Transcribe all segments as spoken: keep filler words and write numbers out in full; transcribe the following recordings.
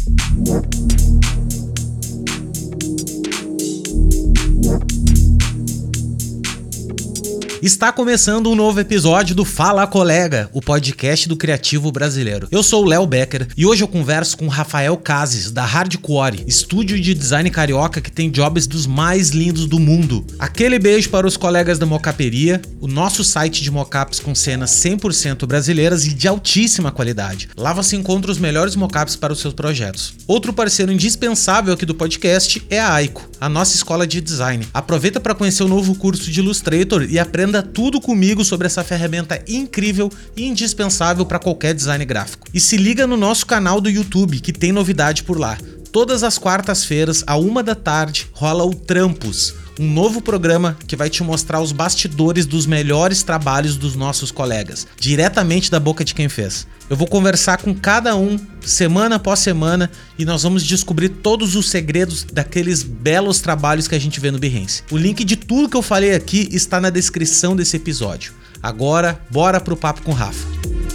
Está começando um novo episódio do Fala Colega, o podcast do criativo brasileiro. Eu sou o Léo Becker e hoje eu converso com Rafael Cases, da Hardcore, estúdio de design carioca que tem jobs dos mais lindos do mundo. Aquele beijo para os colegas da Mocaperia, o nosso site de mockups com cenas cem por cento brasileiras e de altíssima qualidade. Lá você encontra os melhores mockups para os seus projetos. Outro parceiro indispensável aqui do podcast é a Aiko, a nossa escola de design. Aproveita para conhecer o novo curso de Illustrator e aprenda tudo comigo sobre essa ferramenta incrível e indispensável para qualquer design gráfico. E se liga no nosso canal do YouTube, que tem novidade por lá. Todas as quartas-feiras, à uma da tarde, rola o Trampos, um novo programa que vai te mostrar os bastidores dos melhores trabalhos dos nossos colegas, diretamente da boca de quem fez. Eu vou conversar com cada um, semana após semana, e nós vamos descobrir todos os segredos daqueles belos trabalhos que a gente vê no Behance. O link de tudo que eu falei aqui está na descrição desse episódio. Agora, bora pro papo com o Rafa.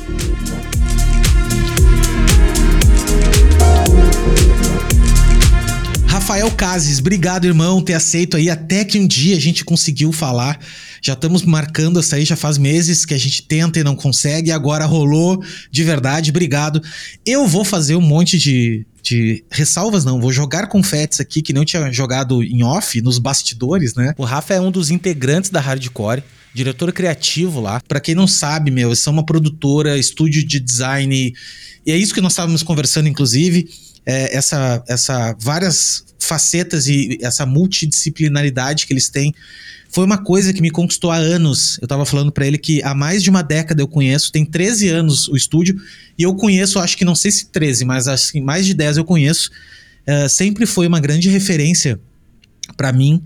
Rafael Cases, obrigado, irmão, ter aceito aí, até que um dia a gente conseguiu falar. Já estamos marcando essa aí, já faz meses que a gente tenta e não consegue, agora rolou, de verdade, obrigado. Eu vou fazer um monte de, de ressalvas, não, vou jogar confetes aqui, que não tinha jogado em off, nos bastidores, né? O Rafa é um dos integrantes da Hardcore, diretor criativo lá. Pra quem não sabe, meu, eles são uma produtora, estúdio de design, e é isso que nós estávamos conversando, inclusive, é, essa, essa várias facetas e essa multidisciplinaridade que eles têm foi uma coisa que me conquistou há anos. Eu tava falando pra ele que há mais de uma década eu conheço, tem treze anos o estúdio, e eu conheço, acho que não sei se treze, mas acho que mais de dez eu conheço. Uh, sempre foi uma grande referência pra mim,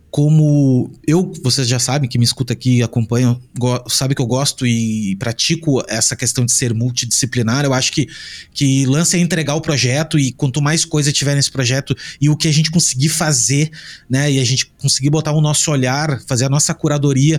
como eu, vocês já sabem, que me escuta aqui, acompanham, go, sabe que eu gosto e pratico essa questão de ser multidisciplinar. Eu acho que, que lance é entregar o projeto, e quanto mais coisa tiver nesse projeto e o que a gente conseguir fazer, né, e a gente conseguir botar o nosso olhar, fazer a nossa curadoria,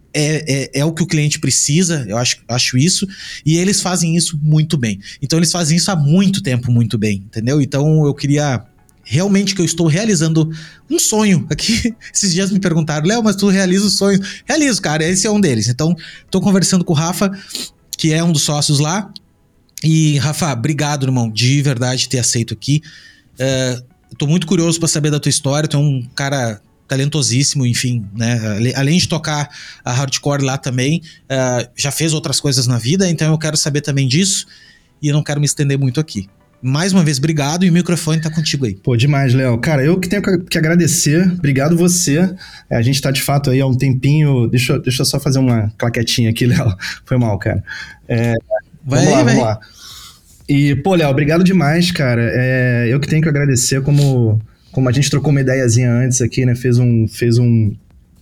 É, é, é o que o cliente precisa, eu acho, acho isso, e eles fazem isso muito bem. Então eles fazem isso há muito tempo muito bem, entendeu? Então eu queria realmente que eu estou realizando um sonho aqui. Esses dias me perguntaram, Léo, mas tu realiza os sonhos? Realizo, cara, esse é um deles. Então estou conversando com o Rafa, que é um dos sócios lá. E Rafa, obrigado, irmão, de verdade ter aceito aqui. uh, Tô muito curioso para saber da tua história. Tu é um cara talentosíssimo, enfim, né? Além de tocar a Hardcore lá também, uh, já fez outras coisas na vida, então eu quero saber também disso, e eu não quero me estender muito aqui. Mais uma vez, obrigado, e o microfone tá contigo aí. Pô, demais, Léo. Cara, eu que tenho que agradecer. Obrigado você. É, a gente tá, de fato, aí há um tempinho... Deixa, deixa eu só fazer uma claquetinha aqui, Léo. Foi mal, cara. É, vai vamos aí, lá, vai. vamos lá. E, pô, Léo, obrigado demais, cara. É, eu que tenho que agradecer, como, como a gente trocou uma ideiazinha antes aqui, né? Fez um... Fez um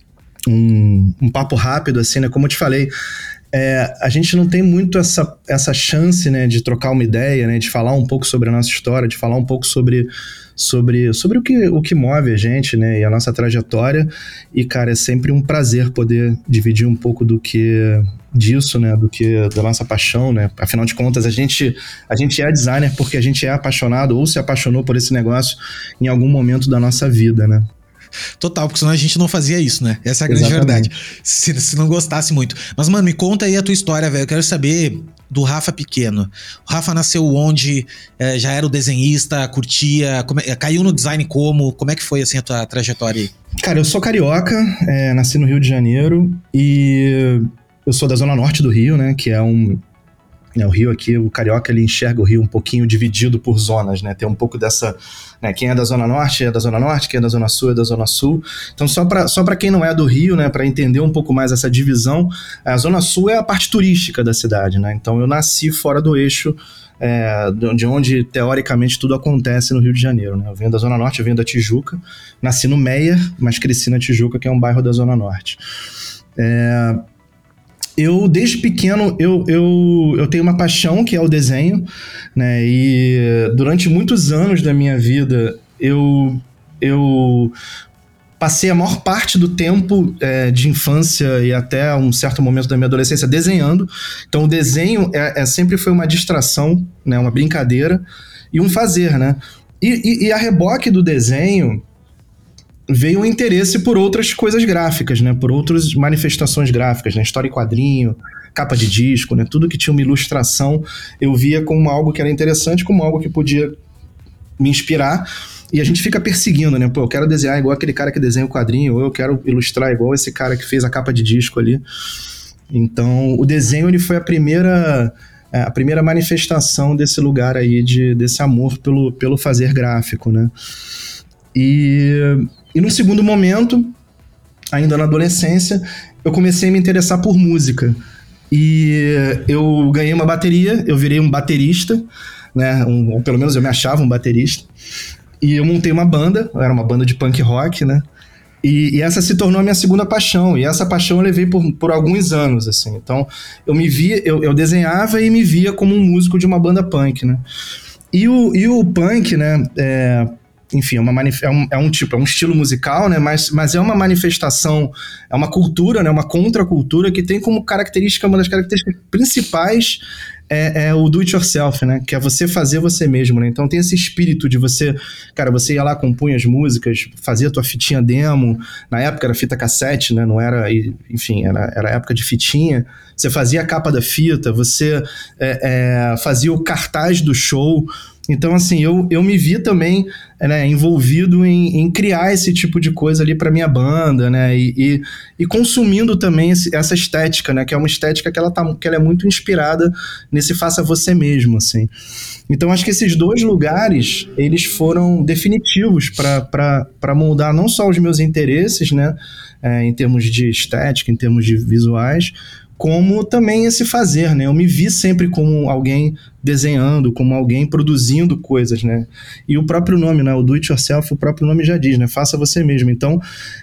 Um, um papo rápido, assim, né? Como eu te falei, é, a gente não tem muito essa, essa chance, né, de trocar uma ideia, né, de falar um pouco sobre a nossa história, de falar um pouco sobre, sobre, sobre o, que, o que move a gente, né, e a nossa trajetória. E, cara, é sempre um prazer poder dividir um pouco do que disso, né, do que da nossa paixão, né. Afinal de contas, a gente, a gente é designer porque a gente é apaixonado ou se apaixonou por esse negócio em algum momento da nossa vida, né. Total, porque senão a gente não fazia isso, né? Essa é a grande Exatamente. verdade. Se, se não gostasse muito. Mas, mano, me conta aí a tua história, velho. Eu quero saber do Rafa pequeno. O Rafa nasceu onde? É, já era o desenhista, curtia? Como é, caiu no design como? Como é que foi, assim, a tua trajetória aí? Cara, eu sou carioca, é, nasci no Rio de Janeiro, e eu sou da zona norte do Rio, né? Que é um... É, o Rio aqui, o carioca, ele enxerga o Rio um pouquinho dividido por zonas, né? Tem um pouco dessa... Né, quem é da Zona Norte é da Zona Norte, quem é da Zona Sul é da Zona Sul. Então, só para só para quem não é do Rio, né, para entender um pouco mais essa divisão, a Zona Sul é a parte turística da cidade, né? Então, eu nasci fora do eixo, é, de onde, teoricamente, tudo acontece no Rio de Janeiro, né? Eu venho da Zona Norte, eu venho da Tijuca. Nasci no Meia, mas cresci na Tijuca, que é um bairro da Zona Norte. É... Eu, desde pequeno, eu, eu, eu tenho uma paixão, que é o desenho, né? E durante muitos anos da minha vida, eu, eu passei a maior parte do tempo é, de infância e até um certo momento da minha adolescência desenhando. Então, o desenho é, é, sempre foi uma distração, né? Uma brincadeira. e um fazer, né? E, e, e a reboque do desenho veio um interesse por outras coisas gráficas, né? Por outras manifestações gráficas, né? História em quadrinho, capa de disco, né? Tudo que tinha uma ilustração eu via como algo que era interessante, como algo que podia me inspirar. E a gente fica perseguindo, né? Pô, eu quero desenhar igual aquele cara que desenha o quadrinho, ou eu quero ilustrar igual esse cara que fez a capa de disco ali. Então, o desenho ele foi a primeira, a primeira manifestação desse lugar aí, de, desse amor pelo, pelo fazer gráfico, né? E, e no segundo momento, ainda na adolescência, eu comecei a me interessar por música. E eu ganhei uma bateria, eu virei um baterista, né? Um, ou pelo menos eu me achava um baterista. E eu montei uma banda, era uma banda de punk rock, né? E, e essa se tornou a minha segunda paixão. E essa paixão eu levei por, por alguns anos, assim. Então, eu me via, eu, eu desenhava e me via como um músico de uma banda punk, né? E o, e o punk, né? É, enfim, é, uma manif- é, um, é um tipo, é um estilo musical, né? Mas, mas é uma manifestação, é uma cultura, né? Uma contracultura que tem como característica, uma das características principais É, é o do it yourself, né? Que é você fazer você mesmo, né? Então tem esse espírito de você... Cara, você ia lá, compunha as músicas, fazia a tua fitinha demo. Na época era fita cassete, né? Não era... Enfim, era, era época de fitinha. Você fazia a capa da fita, você é, é, fazia o cartaz do show. Então, assim, eu, eu me vi também, né, envolvido em, em criar esse tipo de coisa ali pra minha banda, né? E, e, e consumindo também esse, essa estética, né? Que é uma estética que ela, tá, que ela é muito inspirada nesse faça você mesmo, assim. Então, acho que esses dois lugares, eles foram definitivos para moldar não só os meus interesses, né? É, em termos de estética, em termos de visuais, como também esse fazer, né? Eu me vi sempre como alguém desenhando, como alguém produzindo coisas, né? E o próprio nome, né? O do it yourself, o próprio nome já diz, né? Faça você mesmo. Então,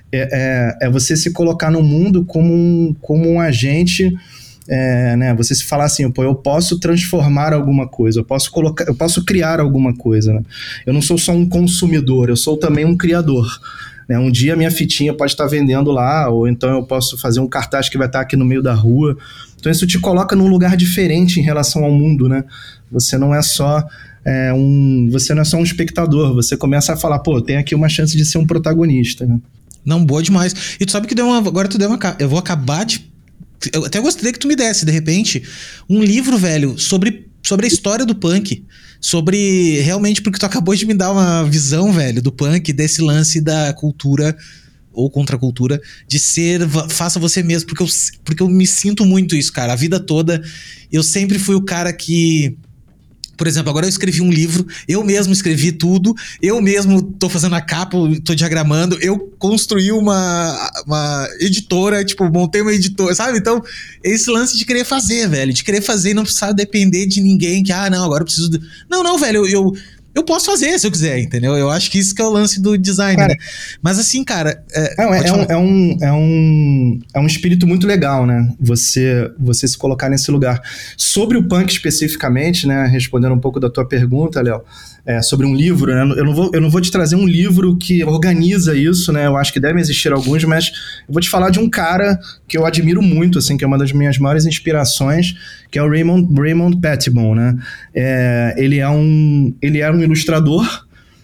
é, é, é você se colocar no mundo como um, como um agente, é, né? Você se falar assim, pô, eu posso transformar alguma coisa, eu posso colocar, eu posso criar alguma coisa, né? Eu não sou só um consumidor, eu sou também um criador. Né, um dia a minha fitinha pode estar vendendo lá, ou então eu posso fazer um cartaz que vai estar aqui no meio da rua. Então isso te coloca num lugar diferente em relação ao mundo, né? Você não é só é, um, você não é só um espectador, você começa a falar, pô, tem aqui uma chance de ser um protagonista, né? Não, boa demais. E tu sabe que deu uma, agora tu deu uma... Eu vou acabar de... Eu até gostaria que tu me desse, de repente, um livro, velho, sobre, sobre a história do punk. Sobre, realmente, porque tu acabou de me dar uma visão, velho, do punk, desse lance da cultura ou contracultura, de ser, faça você mesmo, porque eu, porque eu me sinto muito isso, cara. A vida toda, eu sempre fui o cara que... Por exemplo, agora eu escrevi um livro, eu mesmo escrevi tudo, eu mesmo tô fazendo a capa, tô diagramando, eu construí uma, uma editora, tipo, montei uma editora, sabe? Então, esse lance de querer fazer, velho, de querer fazer e não precisar depender de ninguém, que, ah, não, agora eu preciso... De... Não, não, velho, eu... eu Eu posso fazer se eu quiser, entendeu? Eu acho que isso que é o lance do design, cara, né? Mas assim, cara... É, não, é, um, é, um, é, um, é um espírito muito legal, né? Você, você se colocar nesse lugar. Sobre o punk especificamente, né? Respondendo um pouco da tua pergunta, Léo, é, sobre um livro, né? Eu não, vou, eu não vou te trazer um livro que organiza isso, né? Eu acho que devem existir alguns, mas eu vou te falar de um cara que eu admiro muito, assim, que é uma das minhas maiores inspirações, que é o Raymond, Raymond Pettibon, né? É, ele, é um, ele era um ilustrador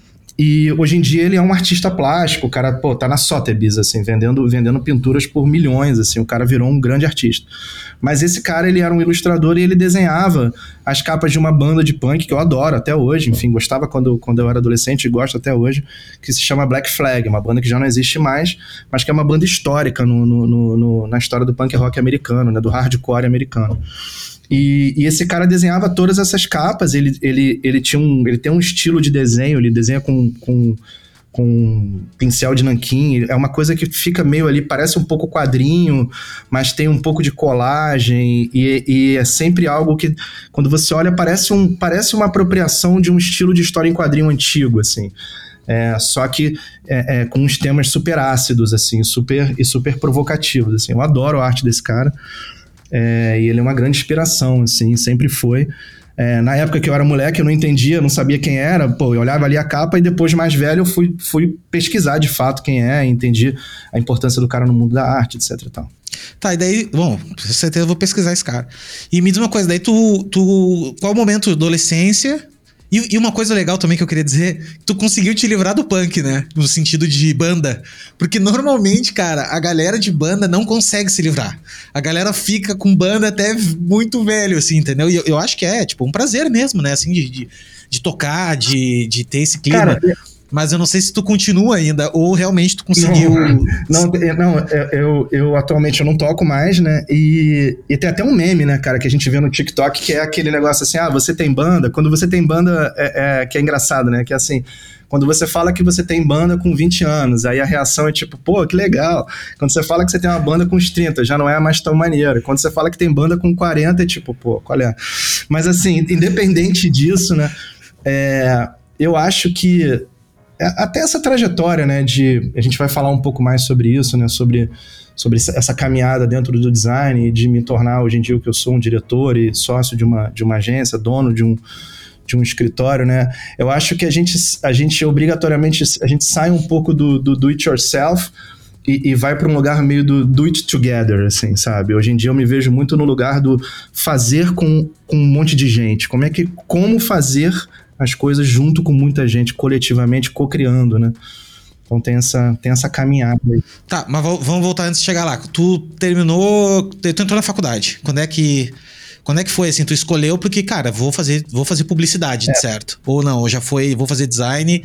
e hoje em dia ele é um artista plástico. O cara, pô, tá na Sotheby's, assim, vendendo, vendendo pinturas por milhões, assim, o cara virou um grande artista. Mas esse cara, ele era um ilustrador e ele desenhava as capas de uma banda de punk que eu adoro até hoje, enfim, gostava quando, quando eu era adolescente e gosto até hoje, que se chama Black Flag, uma banda que já não existe mais, mas que é uma banda histórica no, no, no, no, na história do punk rock americano, né, do hardcore americano. E, e esse cara desenhava todas essas capas, ele, ele, ele, tinha um, ele tem um estilo de desenho, ele desenha com, com, com pincel de nanquim, é uma coisa que fica meio ali, parece um pouco quadrinho, mas tem um pouco de colagem, e, e é sempre algo que, quando você olha, parece, um, parece uma apropriação de um estilo de história em quadrinho antigo, assim. É, só que é, é, com uns temas super ácidos, assim, super, e super provocativos, assim. Eu adoro a arte desse cara. É, e ele é uma grande inspiração, assim, sempre foi. É, na época que eu era moleque, eu não entendia, não sabia quem era, pô, eu olhava ali a capa e depois, mais velho, eu fui, fui pesquisar de fato quem é, entendi a importância do cara no mundo da arte, etc e tal. Tá, e daí, bom, com certeza eu vou pesquisar esse cara. E me diz uma coisa, daí tu, tu qual o momento? Adolescência? E, e uma coisa legal também que eu queria dizer, tu conseguiu te livrar do punk, né? No sentido de banda. Porque normalmente, cara, a galera de banda não consegue se livrar. A galera fica com banda até muito velho, assim, entendeu? E eu, eu acho que é, tipo, um prazer mesmo, né? Assim, de, de, de tocar, de, de ter esse clima. Cara, mas eu não sei se tu continua ainda, ou realmente tu conseguiu... Não, não, não eu, eu atualmente eu não toco mais, né? E, e tem até um meme, né, cara, que a gente vê no TikTok, que é aquele negócio assim, ah, você tem banda? Quando você tem banda, é, é, que é engraçado, né? Que é assim, quando você fala que você tem banda com vinte anos, aí a reação é tipo, pô, que legal. Quando você fala que você tem uma banda com uns trinta, já não é mais tão maneiro. Quando você fala que tem banda com quarenta, é tipo, pô, qual é? Mas assim, independente disso, né, é, eu acho que até essa trajetória, né, de... A gente vai falar um pouco mais sobre isso, né, sobre, sobre essa caminhada dentro do design, de me tornar hoje em dia o que eu sou, um diretor e sócio de uma, de uma agência, dono de um, de um escritório, né. Eu acho que a gente, a gente obrigatoriamente, a gente sai um pouco do, do do it yourself e, e vai para um lugar meio do do it together, assim, sabe? Hoje em dia eu me vejo muito no lugar do fazer com, com um monte de gente. Como é que... Como fazer as coisas junto com muita gente, coletivamente, co-criando, né? Então tem essa, tem essa caminhada aí. Tá, mas vamos voltar antes de chegar lá. Tu terminou, tu entrou na faculdade. Quando é que, quando é que foi assim? Tu escolheu porque, cara, vou fazer, vou fazer publicidade, é. certo? Ou não, ou já foi, vou fazer design...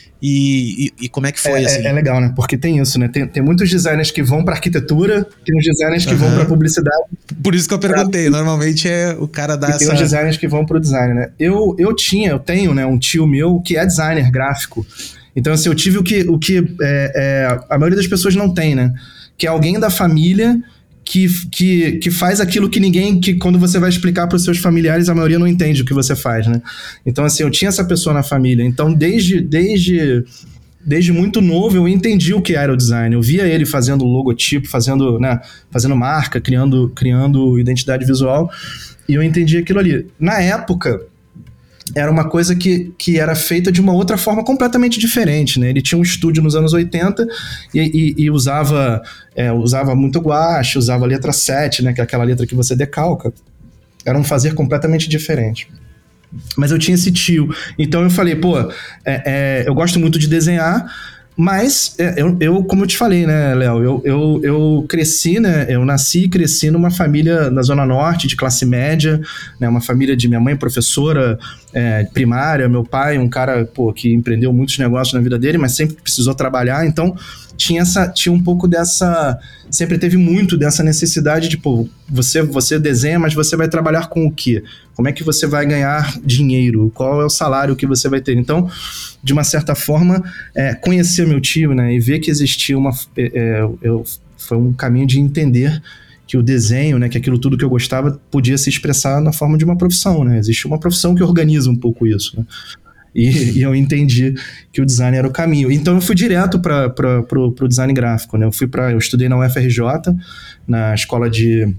E, e, e como é que foi, é, assim? É, é legal, né? Porque tem isso, né? Tem, tem muitos designers que vão pra arquitetura, tem uns designers que uhum. vão pra publicidade. Por isso que eu perguntei. Pra... Normalmente é o cara da... E tem uns designers que vão pro design, né? Eu, eu tinha, eu tenho, né, um tio meu que é designer gráfico. Então, assim, eu tive o que, o que é, é, a maioria das pessoas não tem, né? Que é alguém da família... Que, que, que faz aquilo que ninguém, que quando você vai explicar para os seus familiares, a maioria não entende o que você faz, né? Então, assim, eu tinha essa pessoa na família. Então, desde, desde, desde muito novo, eu entendi o que era o design. Eu via ele fazendo logotipo, fazendo, né, fazendo marca, criando, criando identidade visual, e eu entendi aquilo ali. Na época... era uma coisa que, que era feita de uma outra forma completamente diferente, né? Ele tinha um estúdio nos anos oitenta e, e, e usava, é, usava muito gouache, usava a letra sete, né? Que é aquela letra que você decalca. Era um fazer completamente diferente. Mas eu tinha esse tio. Então eu falei, pô, é, é, eu gosto muito de desenhar, mas é, eu, eu, como eu te falei, né, Léo, eu, eu, eu cresci, né, eu nasci e cresci numa família na Zona Norte, de classe média, né, uma família de minha mãe, professora é, primária, meu pai, um cara, pô, que empreendeu muitos negócios na vida dele, mas sempre precisou trabalhar, então tinha, essa, tinha um pouco dessa, sempre teve muito dessa necessidade de, pô, você, você desenha, mas você vai trabalhar com o quê? Como é que você vai ganhar dinheiro? Qual é o salário que você vai ter? Então, de uma certa forma, é, conhecer meu tio, né, e ver que existia uma... É, eu, foi um caminho de entender que o desenho, né, que aquilo tudo que eu gostava podia se expressar na forma de uma profissão, né? Existe uma profissão que organiza um pouco isso, né? E, e eu entendi que o design era o caminho. Então eu fui direto para o design gráfico, né? Eu fui para, eu estudei na U F R J, na escola de...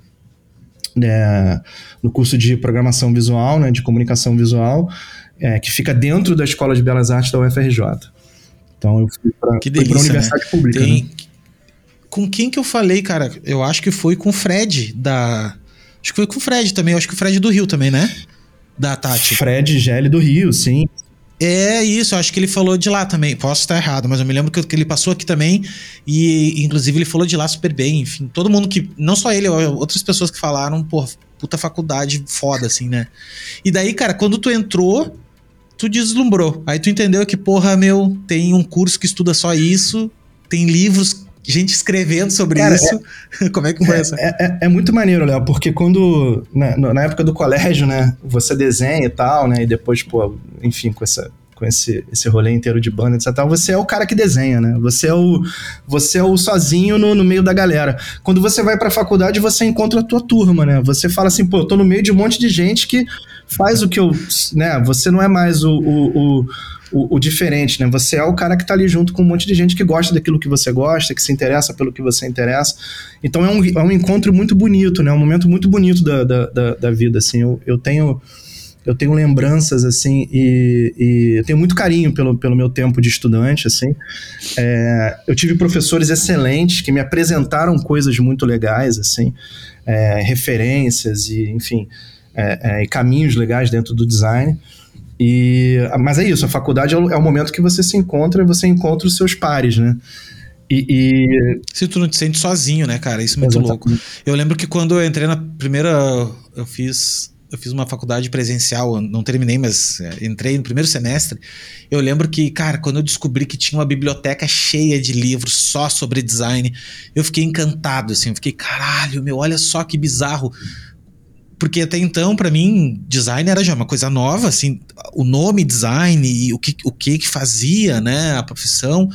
É, no curso de programação visual, né, de comunicação visual, é, que fica dentro da Escola de Belas Artes da U F R J. Então eu fui para a Universidade, né? Pública. Tem... Né? Com quem que eu falei, cara? Eu acho que foi com o Fred, da... Acho que foi com o Fred também, eu acho que o Fred do Rio também, né? Da Tati. Fred Gelli do Rio, sim. É isso, eu acho que ele falou de lá também. Posso estar errado, mas eu me lembro que, que ele passou aqui também. E inclusive ele falou de lá super bem. Enfim, todo mundo que... Não só ele, outras pessoas que falaram, pô, puta faculdade foda, assim, né? E daí, cara, quando tu entrou, tu deslumbrou. Aí tu entendeu que, porra, meu, tem um curso que estuda só isso, tem livros... gente escrevendo sobre Cara, isso. É, como é que foi é, essa? É, é, é muito maneiro, Léo, porque quando, na, na época do colégio, né, você desenha e tal, né, e depois, pô, enfim, com, essa, com esse, esse rolê inteiro de banda, etcétera, você é o cara que desenha, né, você é o, você é o sozinho no, no meio da galera. Quando você vai pra faculdade, você encontra a tua turma, né, você fala assim, pô, eu tô no meio de um monte de gente que faz o que eu, né, você não é mais o, o, o O, o diferente, né? Você é o cara que tá ali junto com um monte de gente que gosta daquilo que você gosta, que se interessa pelo que você interessa. Então é um, é um encontro muito bonito, né? Um momento muito bonito da, da, da, da vida, assim. Eu, eu tenho... Eu tenho lembranças, assim, e, e eu tenho muito carinho pelo, pelo meu tempo de estudante, assim. É, eu tive professores excelentes que me apresentaram coisas muito legais, assim, é, referências e, enfim, é, é, e caminhos legais dentro do design. E, mas é isso, a faculdade é o, é o momento que você se encontra, você encontra os seus pares, né? E, e... Se tu não te sente sozinho, né, cara? Isso é muito Exatamente. louco. Eu lembro que quando eu entrei na primeira... Eu fiz... Eu fiz uma faculdade presencial, não terminei, mas é, entrei no primeiro semestre. Eu lembro que, cara, quando eu descobri que tinha uma biblioteca cheia de livros só sobre design, eu fiquei encantado, assim. Eu fiquei, caralho, meu, olha só que bizarro. Porque até então, pra mim, design era já uma coisa nova, assim. O nome design e o que, o que que fazia, né, a profissão...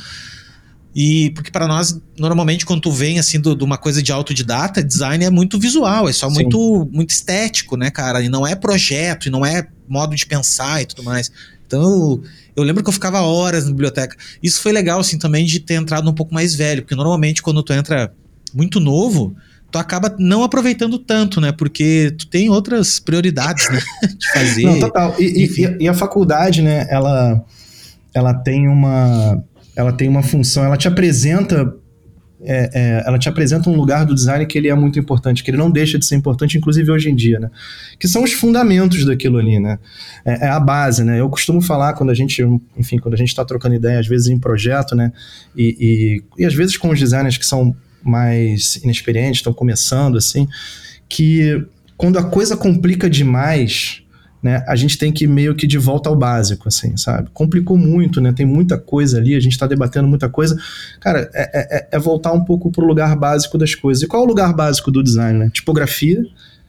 E porque para nós, normalmente, quando tu vem assim de uma coisa de autodidata, design é muito visual, é só muito, muito estético, né, cara? E não é projeto, e não é modo de pensar e tudo mais. Então eu, eu lembro que eu ficava horas na biblioteca. Isso foi legal, assim, também de ter entrado um pouco mais velho, porque normalmente quando tu entra muito novo, tu acaba não aproveitando tanto, né? Porque tu tem outras prioridades, né? De fazer. Não, total. E, e, e a faculdade, né, ela, ela tem uma... ela tem uma função, ela te apresenta é, é, ela te apresenta um lugar do design que ele é muito importante, que ele não deixa de ser importante, inclusive hoje em dia, né? Que são os fundamentos daquilo ali, né? É, é a base, né? Eu costumo falar quando a gente, enfim, quando a gente está trocando ideia, às vezes em projeto, né? E, e, e às vezes com os designers que são mais inexperientes, estão começando, assim, que quando a coisa complica demais... né, a gente tem que ir meio que de volta ao básico, assim, sabe? Complicou muito, né? Tem muita coisa ali, a gente está debatendo muita coisa. Cara, é, é, é voltar um pouco pro lugar básico das coisas. E qual é o lugar básico do design, né? Tipografia,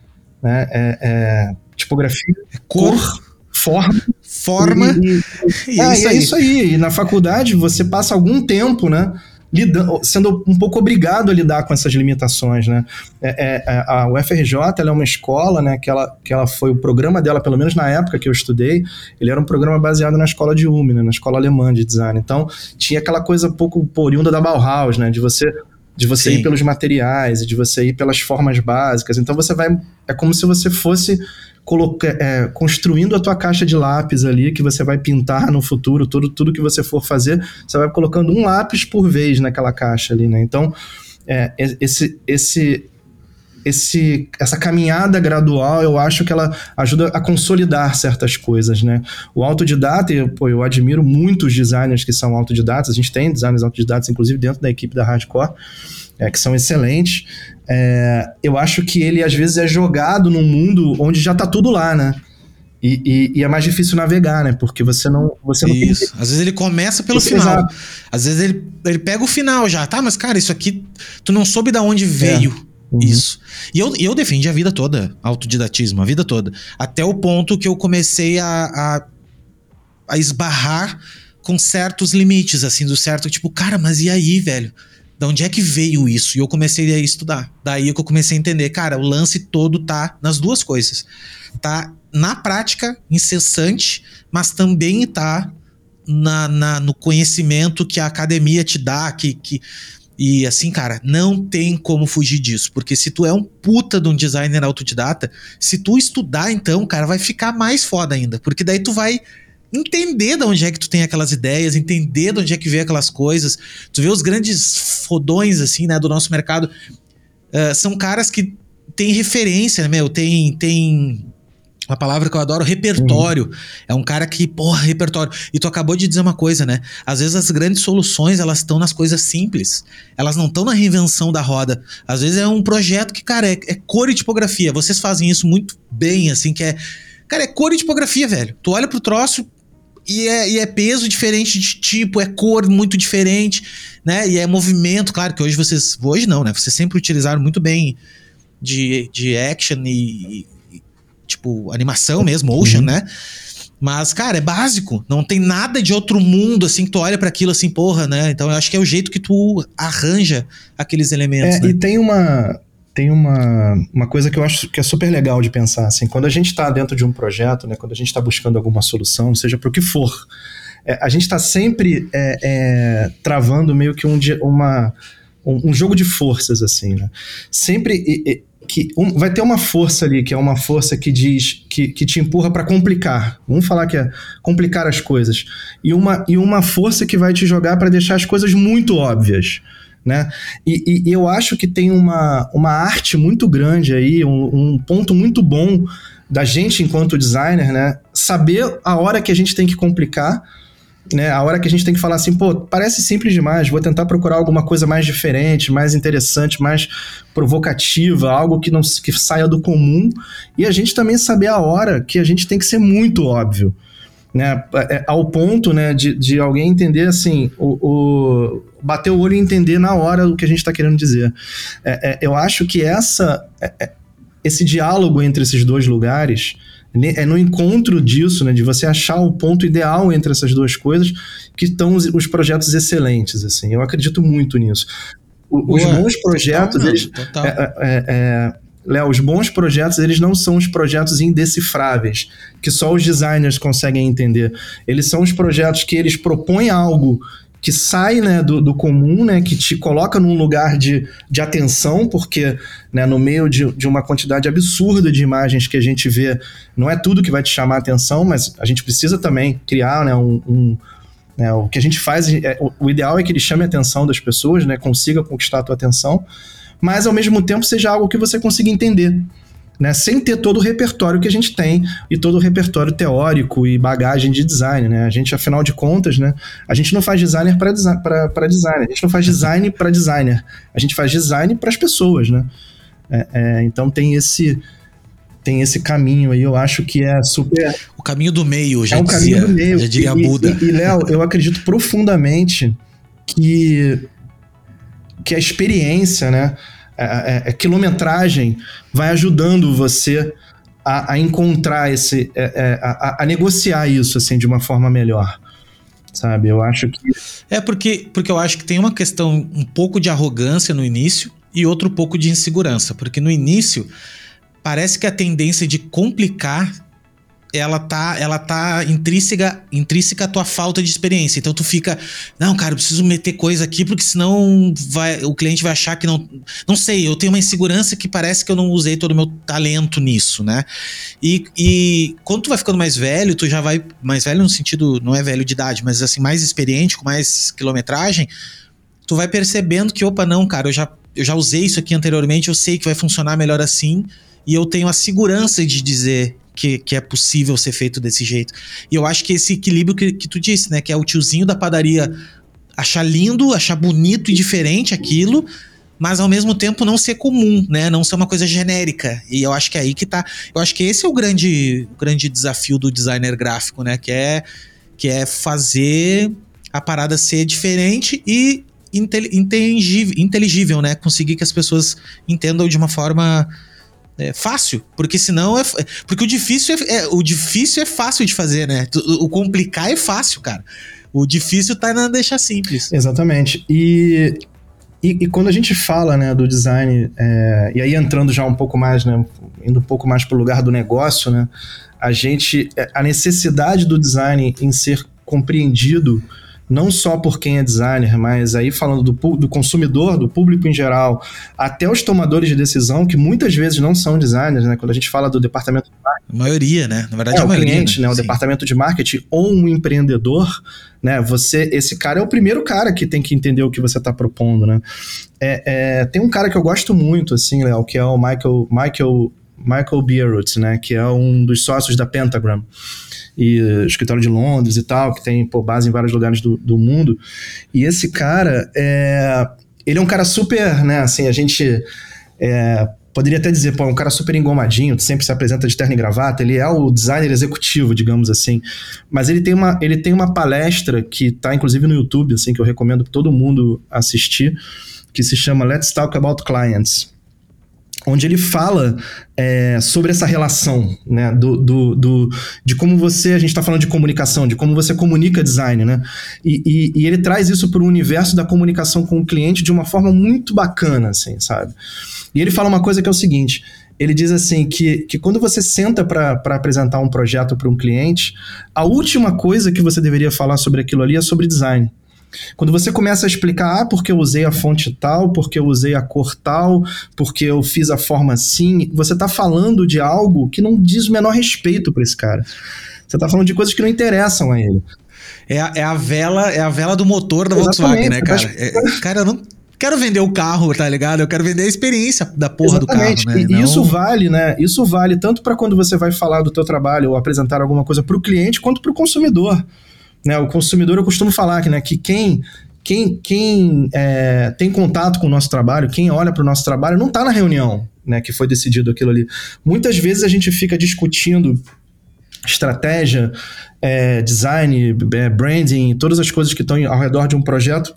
né? É, é, tipografia, cor, cor forma. Forma. E, e, e, é, é, isso, é isso aí. E na faculdade você passa algum tempo, né? Lidando, sendo um pouco obrigado a lidar com essas limitações, né? É, é, a U F R J ela é uma escola, né? Que ela, que ela foi o programa dela, pelo menos na época que eu estudei, ele era um programa baseado na escola de Ulm, né? Na escola alemã de design. Então tinha aquela coisa um pouco oriunda da Bauhaus, né? De você de você ir pelos materiais, de você ir pelas formas básicas. Então você vai, é como se você fosse coloca, é, construindo a tua caixa de lápis ali, que você vai pintar no futuro, tudo, tudo que você for fazer, você vai colocando um lápis por vez naquela caixa ali, né? Então, é, esse, esse, esse, essa caminhada gradual, eu acho que ela ajuda a consolidar certas coisas, né? O autodidata, eu, pô, eu admiro muitos designers que são autodidatas, a gente tem designers autodidatas, inclusive dentro da equipe da Hardcore, é, que são excelentes. É, eu acho que ele às vezes é jogado num mundo onde já tá tudo lá, né? E, e, e é mais difícil navegar, né? Porque você não... Você não isso. Tem... Às vezes ele começa pelo isso, final. Exato. Às vezes ele, ele pega o final já. Tá, mas cara, isso aqui... Tu não soube de onde veio é. uhum. isso. E eu, eu defendi a vida toda. Autodidatismo, a vida toda. Até o ponto que eu comecei a, a, a esbarrar com certos limites, assim, do certo. Tipo, cara, mas e aí, velho? De onde é que veio isso? E eu comecei a estudar. Daí que eu comecei a entender, cara, o lance todo tá nas duas coisas. Tá na prática incessante, mas também tá na, na, no conhecimento que a academia te dá, que, que, e assim, cara, não tem como fugir disso, porque se tu é um puta de um designer autodidata, se tu estudar então, cara, vai ficar mais foda ainda, porque daí tu vai entender de onde é que tu tem aquelas ideias, entender de onde é que vem aquelas coisas. Tu vê os grandes fodões, assim, né, do nosso mercado, uh, são caras que têm referência, né, meu, tem, tem uma palavra que eu adoro, repertório. Uhum. É um cara que, porra, repertório. E tu acabou de dizer uma coisa, né, às vezes as grandes soluções, elas estão nas coisas simples, elas não estão na reinvenção da roda. Às vezes é um projeto que, cara, é, é cor e tipografia. Vocês fazem isso muito bem, assim, que é, cara, é cor e tipografia, velho. Tu olha pro troço, E é, e é peso diferente de tipo, é cor muito diferente, né? E é movimento, claro que hoje vocês... Hoje não, né? Vocês sempre utilizaram muito bem de, de action e, e tipo, animação mesmo, motion, uhum. né? Mas, cara, é básico. Não tem nada de outro mundo, assim, que tu olha para aquilo assim, porra, né? Então eu acho que é o jeito que tu arranja aqueles elementos, é, né? E tem uma... Tem uma, uma coisa que eu acho que é super legal de pensar, assim, quando a gente está dentro de um projeto, né, quando a gente está buscando alguma solução, seja para o que for, é, a gente está sempre é, é, travando meio que um, uma, um, um jogo de forças, assim, né? Sempre e, e, que um, vai ter uma força ali, que é uma força que diz, que, que te empurra para complicar, vamos falar que é complicar as coisas, e uma, e uma força que vai te jogar para deixar as coisas muito óbvias, né? E, e, e eu acho que tem uma, uma arte muito grande aí, um, um ponto muito bom da gente enquanto designer, né? saber a hora que a gente tem que complicar, né? A hora que a gente tem que falar assim, pô, parece simples demais, vou tentar procurar alguma coisa mais diferente, mais interessante, mais provocativa, algo que não que saia do comum, e a gente também saber a hora que a gente tem que ser muito óbvio, né? É, ao ponto, né, de, de alguém entender assim, o, o, bater o olho e entender na hora o que a gente está querendo dizer. É, é, eu acho que essa, é, esse diálogo entre esses dois lugares é no encontro disso, né, de você achar o ponto ideal entre essas duas coisas, que estão os, os projetos excelentes, assim. Eu acredito muito nisso. O, os bons projetos, total, eles... Total. É, é, é, Léo, os bons projetos, eles não são os projetos indecifráveis, que só os designers conseguem entender. Eles são os projetos que eles propõem algo que sai, né, do, do comum, né, que te coloca num lugar de, de atenção, porque, né, no meio de, de uma quantidade absurda de imagens que a gente vê, não é tudo que vai te chamar a atenção, mas a gente precisa também criar, né, um... um né, o que a gente faz, é, o, o ideal é que ele chame a atenção das pessoas, né, consiga conquistar a tua atenção, mas ao mesmo tempo seja algo que você consiga entender, né, sem ter todo o repertório que a gente tem e todo o repertório teórico e bagagem de design, né? A gente, afinal de contas, né, a gente não faz designer para design, para designer, a gente não faz design para designer, a gente faz design para as pessoas, né? É, é, então tem esse tem esse caminho aí, eu acho que é super... O caminho do meio, já é o dizia, caminho do meio. Já diria e, Buda. E, e Léo, eu acredito profundamente que que a experiência, né, a, a, a quilometragem vai ajudando você a, a encontrar esse, a, a, a negociar isso, assim, de uma forma melhor, sabe? Eu acho que... É porque, porque eu acho que tem uma questão um pouco de arrogância no início e outro pouco de insegurança, porque no início parece que a tendência de complicar ela tá, ela tá intrínseca, intrínseca à tua falta de experiência. Então tu fica, não, cara, eu preciso meter coisa aqui porque senão vai, o cliente vai achar que não... Não sei, eu tenho uma insegurança que parece que eu não usei todo o meu talento nisso, né? E, e quando tu vai ficando mais velho, tu já vai... Mais velho no sentido, não é velho de idade, mas assim, mais experiente, com mais quilometragem, tu vai percebendo que, opa, não, cara, eu já, eu já usei isso aqui anteriormente, eu sei que vai funcionar melhor assim, e eu tenho a segurança de dizer... Que, que é possível ser feito desse jeito. E eu acho que esse equilíbrio que, que tu disse, né? Que é o tiozinho da padaria achar lindo, achar bonito e diferente aquilo, mas ao mesmo tempo não ser comum, né? Não ser uma coisa genérica. E eu acho que é aí que tá... Eu acho que esse é o grande, o grande desafio do designer gráfico, né? Que é, que é fazer a parada ser diferente e inteligível, inteligível, né? Conseguir que as pessoas entendam de uma forma... É fácil, porque senão é, porque o difícil é, é o difícil é fácil de fazer, né? O, o complicar é fácil, cara. O difícil tá na deixar simples. Exatamente. E, e, e quando a gente fala, né, do design, é, e aí entrando já um pouco mais, né, indo um pouco mais pro lugar do negócio, né, a gente, a necessidade do design em ser compreendido não só por quem é designer, mas aí falando do, do consumidor, do público em geral, até os tomadores de decisão, que muitas vezes não são designers, né? Quando a gente fala do departamento de marketing... A maioria, né? Na verdade, é, a o maioria, cliente, né? O Sim. departamento de marketing ou um empreendedor, né? Você, esse cara é o primeiro cara que tem que entender o que você está propondo, né? É, é, tem um cara que eu gosto muito, assim, Léo, que é o Michael... Michael Michael Bierut, né, que é um dos sócios da Pentagram, e uh, escritório de Londres e tal, que tem pô, base em vários lugares do, do mundo. E esse cara, é, ele é um cara super, né, assim, a gente é, poderia até dizer, pô, é um cara super engomadinho, sempre se apresenta de terno e gravata, ele é o designer executivo, digamos assim, mas ele tem uma, ele tem uma palestra que tá inclusive no YouTube, assim, que eu recomendo para todo mundo assistir, que se chama Let's Talk About Clients, onde ele fala é, sobre essa relação, né, do, do, do, de como você, a gente está falando de comunicação, de como você comunica design, né, e, e, e ele traz isso para o universo da comunicação com o cliente de uma forma muito bacana, assim, sabe? E ele fala uma coisa que é o seguinte, ele diz assim, que, que quando você senta para apresentar um projeto para um cliente, a última coisa que você deveria falar sobre aquilo ali é sobre design. Quando você começa a explicar, ah, porque eu usei a fonte tal, porque eu usei a cor tal, porque eu fiz a forma assim, você está falando de algo que não diz o menor respeito para esse cara. Você está falando de coisas que não interessam a ele. É a, é a vela, é a vela do motor da Exatamente, Volkswagen, né, cara? É, cara, não... quero vender o carro, tá ligado? Eu quero vender a experiência da porra Exatamente. do carro, né? E Não... isso vale, né? Isso vale tanto para quando você vai falar do teu trabalho ou apresentar alguma coisa para o cliente, quanto para o consumidor. Né? O consumidor, eu costumo falar que, né, que quem... Quem, quem é, tem contato com o nosso trabalho, quem olha para o nosso trabalho, não está na reunião, né, que foi decidido aquilo ali. Muitas vezes a gente fica discutindo estratégia, é, design, é, branding, todas as coisas que estão ao redor de um projeto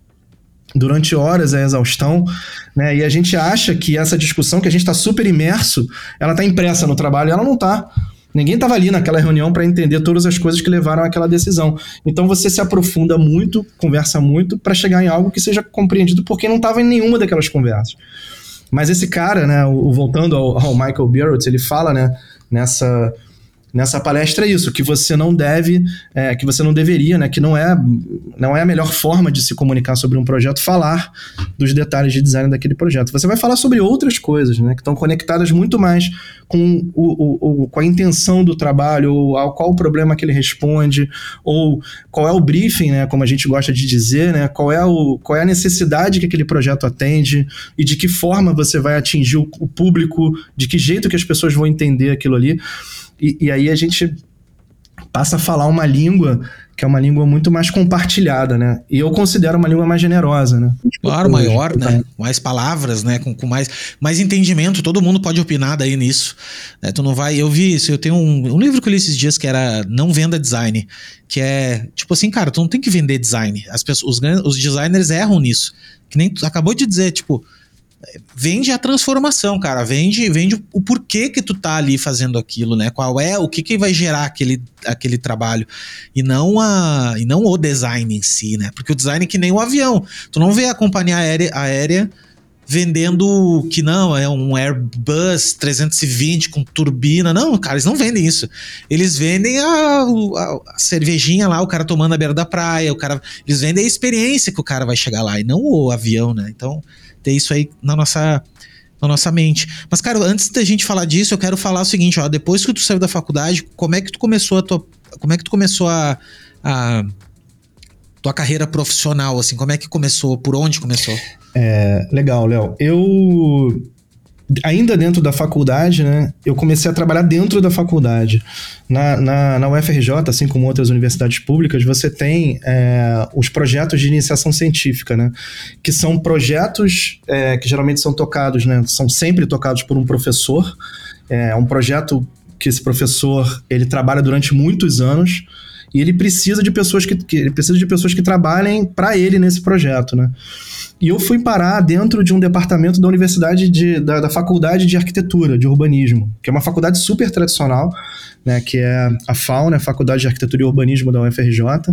durante horas, a exaustão, né, e a gente acha que essa discussão, que a gente está super imerso, ela está impressa no trabalho, e ela não está. Ninguém estava ali naquela reunião para entender todas as coisas que levaram àquela decisão. Então você se aprofunda muito, conversa muito, para chegar em algo que seja compreendido por quem não estava em nenhuma daquelas conversas. Mas esse cara, né, o, voltando ao, ao Michael Barrett, ele fala, né, nessa, nessa palestra isso, que você não deve, é, que você não deveria, né, que não é, não é a melhor forma de se comunicar sobre um projeto, falar dos detalhes de design daquele projeto. Você vai falar sobre outras coisas, né, que estão conectadas muito mais com, o, o, com a intenção do trabalho, ou ao qual o problema que ele responde, ou qual é o briefing, né, como a gente gosta de dizer, né, qual é, o, qual é a necessidade que aquele projeto atende e de que forma você vai atingir o, o público, de que jeito que as pessoas vão entender aquilo ali. E, e aí a gente passa a falar uma língua que é uma língua muito mais compartilhada, né? E eu considero uma língua mais generosa, né? Claro, maior, né? Mais palavras, né? Com, com mais, mais entendimento. Todo mundo pode opinar daí nisso. Né? Tu não vai... Eu vi isso. Eu tenho um, um livro que eu li esses dias que era Não Venda Design. Que é, tipo assim, cara, tu não tem que vender design. As pessoas, os, os designers erram nisso. Que nem tu acabou de dizer, tipo... Vende a transformação, cara. Vende, vende o porquê que tu tá ali fazendo aquilo, né? Qual é, o que que vai gerar aquele, aquele trabalho. E não, a, e não o design em si, né? Porque o design é que nem o avião. Tu não vê a companhia aérea, aérea vendendo que não, é um Airbus trezentos e vinte com turbina. Não, cara, eles não vendem isso. Eles vendem a, a, a cervejinha lá, o cara tomando à beira da praia. O cara, eles vendem a experiência que o cara vai chegar lá e não o avião, né? Então... ter isso aí na nossa, na nossa mente. Mas, cara, antes da gente falar disso, eu quero falar o seguinte, ó, depois que tu saiu da faculdade, como é que tu começou a tua, como é que tu começou a, a tua carreira profissional, assim, como é que começou, por onde começou? É, legal, Léo. Eu... Ainda dentro da faculdade, né, eu comecei a trabalhar dentro da faculdade. Na, na, na U F R J, assim como outras universidades públicas, você tem é, os projetos de iniciação científica, né, que são projetos é, que geralmente são tocados, né, são sempre tocados por um professor. É um projeto que esse professor ele trabalha durante muitos anos e ele precisa de pessoas que, que, ele precisa de pessoas que trabalhem para ele nesse projeto, né. E eu fui parar dentro de um departamento da universidade, de, da, da Faculdade de Arquitetura, de Urbanismo, que é uma faculdade super tradicional, né, que é a FAU, né, Faculdade de Arquitetura e Urbanismo da U F R J.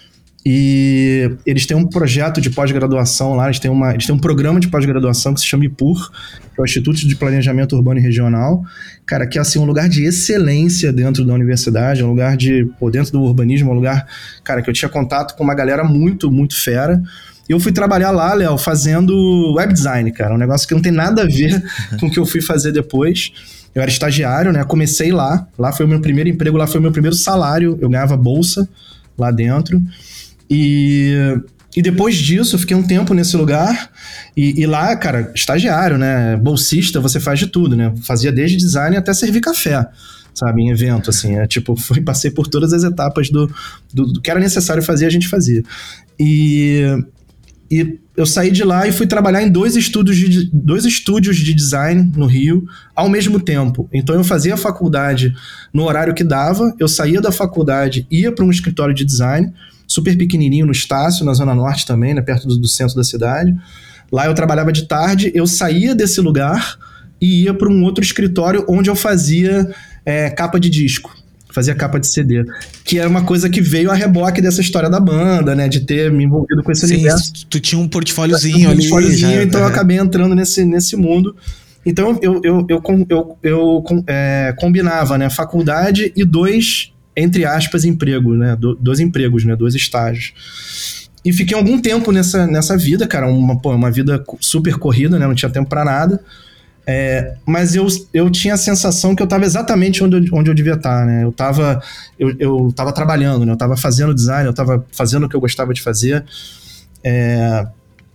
E eles têm um projeto de pós-graduação lá, eles têm, uma, eles têm um programa de pós-graduação que se chama I P U R, que é o Instituto de Planejamento Urbano e Regional, cara, que é assim, um lugar de excelência dentro da universidade, é um lugar de, pô, dentro do urbanismo, é um lugar, cara, que eu tinha contato com uma galera muito, muito fera. Eu fui trabalhar lá, Léo, fazendo web design, cara, um negócio que não tem nada a ver com o que eu fui fazer depois. Eu era estagiário, né, comecei lá, lá foi o meu primeiro emprego, lá foi o meu primeiro salário, eu ganhava bolsa lá dentro, e, e depois disso eu fiquei um tempo nesse lugar, e, e lá, cara, estagiário, né, bolsista, você faz de tudo, né, fazia desde design até servir café, sabe, em evento, assim, é, tipo, fui, passei por todas as etapas do, do, do que era necessário fazer, a gente fazia. E... E eu saí de lá e fui trabalhar em dois estúdios, de, dois estúdios de design no Rio ao mesmo tempo. Então eu fazia a faculdade no horário que dava, eu saía da faculdade, ia para um escritório de design, super pequenininho no Estácio, na Zona Norte também, né, perto do, do centro da cidade. Lá eu trabalhava de tarde, eu saía desse lugar e ia para um outro escritório onde eu fazia é, capa de disco. Fazia capa de C D, que era uma coisa que veio a reboque dessa história da banda, né, de ter me envolvido com esse Sim, universo. Tu tinha um portfóliozinho um ali. portfóliozinho, Já, então é. eu acabei entrando nesse, nesse mundo. Então eu, eu, eu, eu, eu, eu é, combinava, né, faculdade e dois, entre aspas, empregos, né, do, dois empregos, né, dois estágios. E fiquei algum tempo nessa, nessa vida, cara, uma, pô, uma vida super corrida, né, não tinha tempo pra nada. É, mas eu, eu tinha a sensação que eu estava exatamente onde eu, onde eu devia estar, né? Eu estava eu, eu tava trabalhando, né? Eu estava fazendo design, eu estava fazendo o que eu gostava de fazer. É,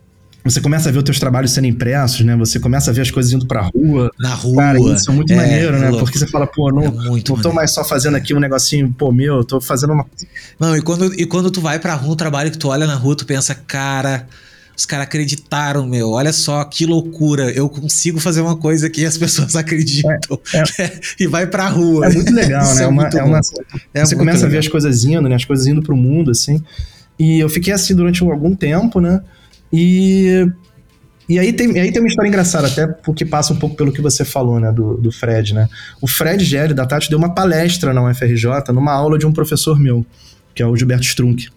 você começa a ver os teus trabalhos sendo impressos, né? Você começa a ver as coisas indo pra rua. Na rua. Cara, isso é muito é, maneiro, né? Louco. Porque você fala, pô, não, é não tô maneiro. mais só fazendo aqui um negocinho, pô, meu, eu tô fazendo uma... Não, e quando, e quando tu vai pra rua, um trabalho que tu olha na rua, tu pensa, cara... Os caras acreditaram, meu. Olha só, que loucura. Eu consigo fazer uma coisa que as pessoas acreditam. É, é, e vai pra rua. É muito legal, né? É uma, é uma, é você começa legal. a ver as coisas indo, né? As coisas indo pro mundo, assim. E eu fiquei assim durante algum tempo, né? E... E aí tem, aí tem uma história engraçada, até porque passa um pouco pelo que você falou, né? Do, do Fred, né? O Fred Gelli, da Tati, deu uma palestra na U F R J, numa aula de um professor meu, que é o Gilberto Strunk.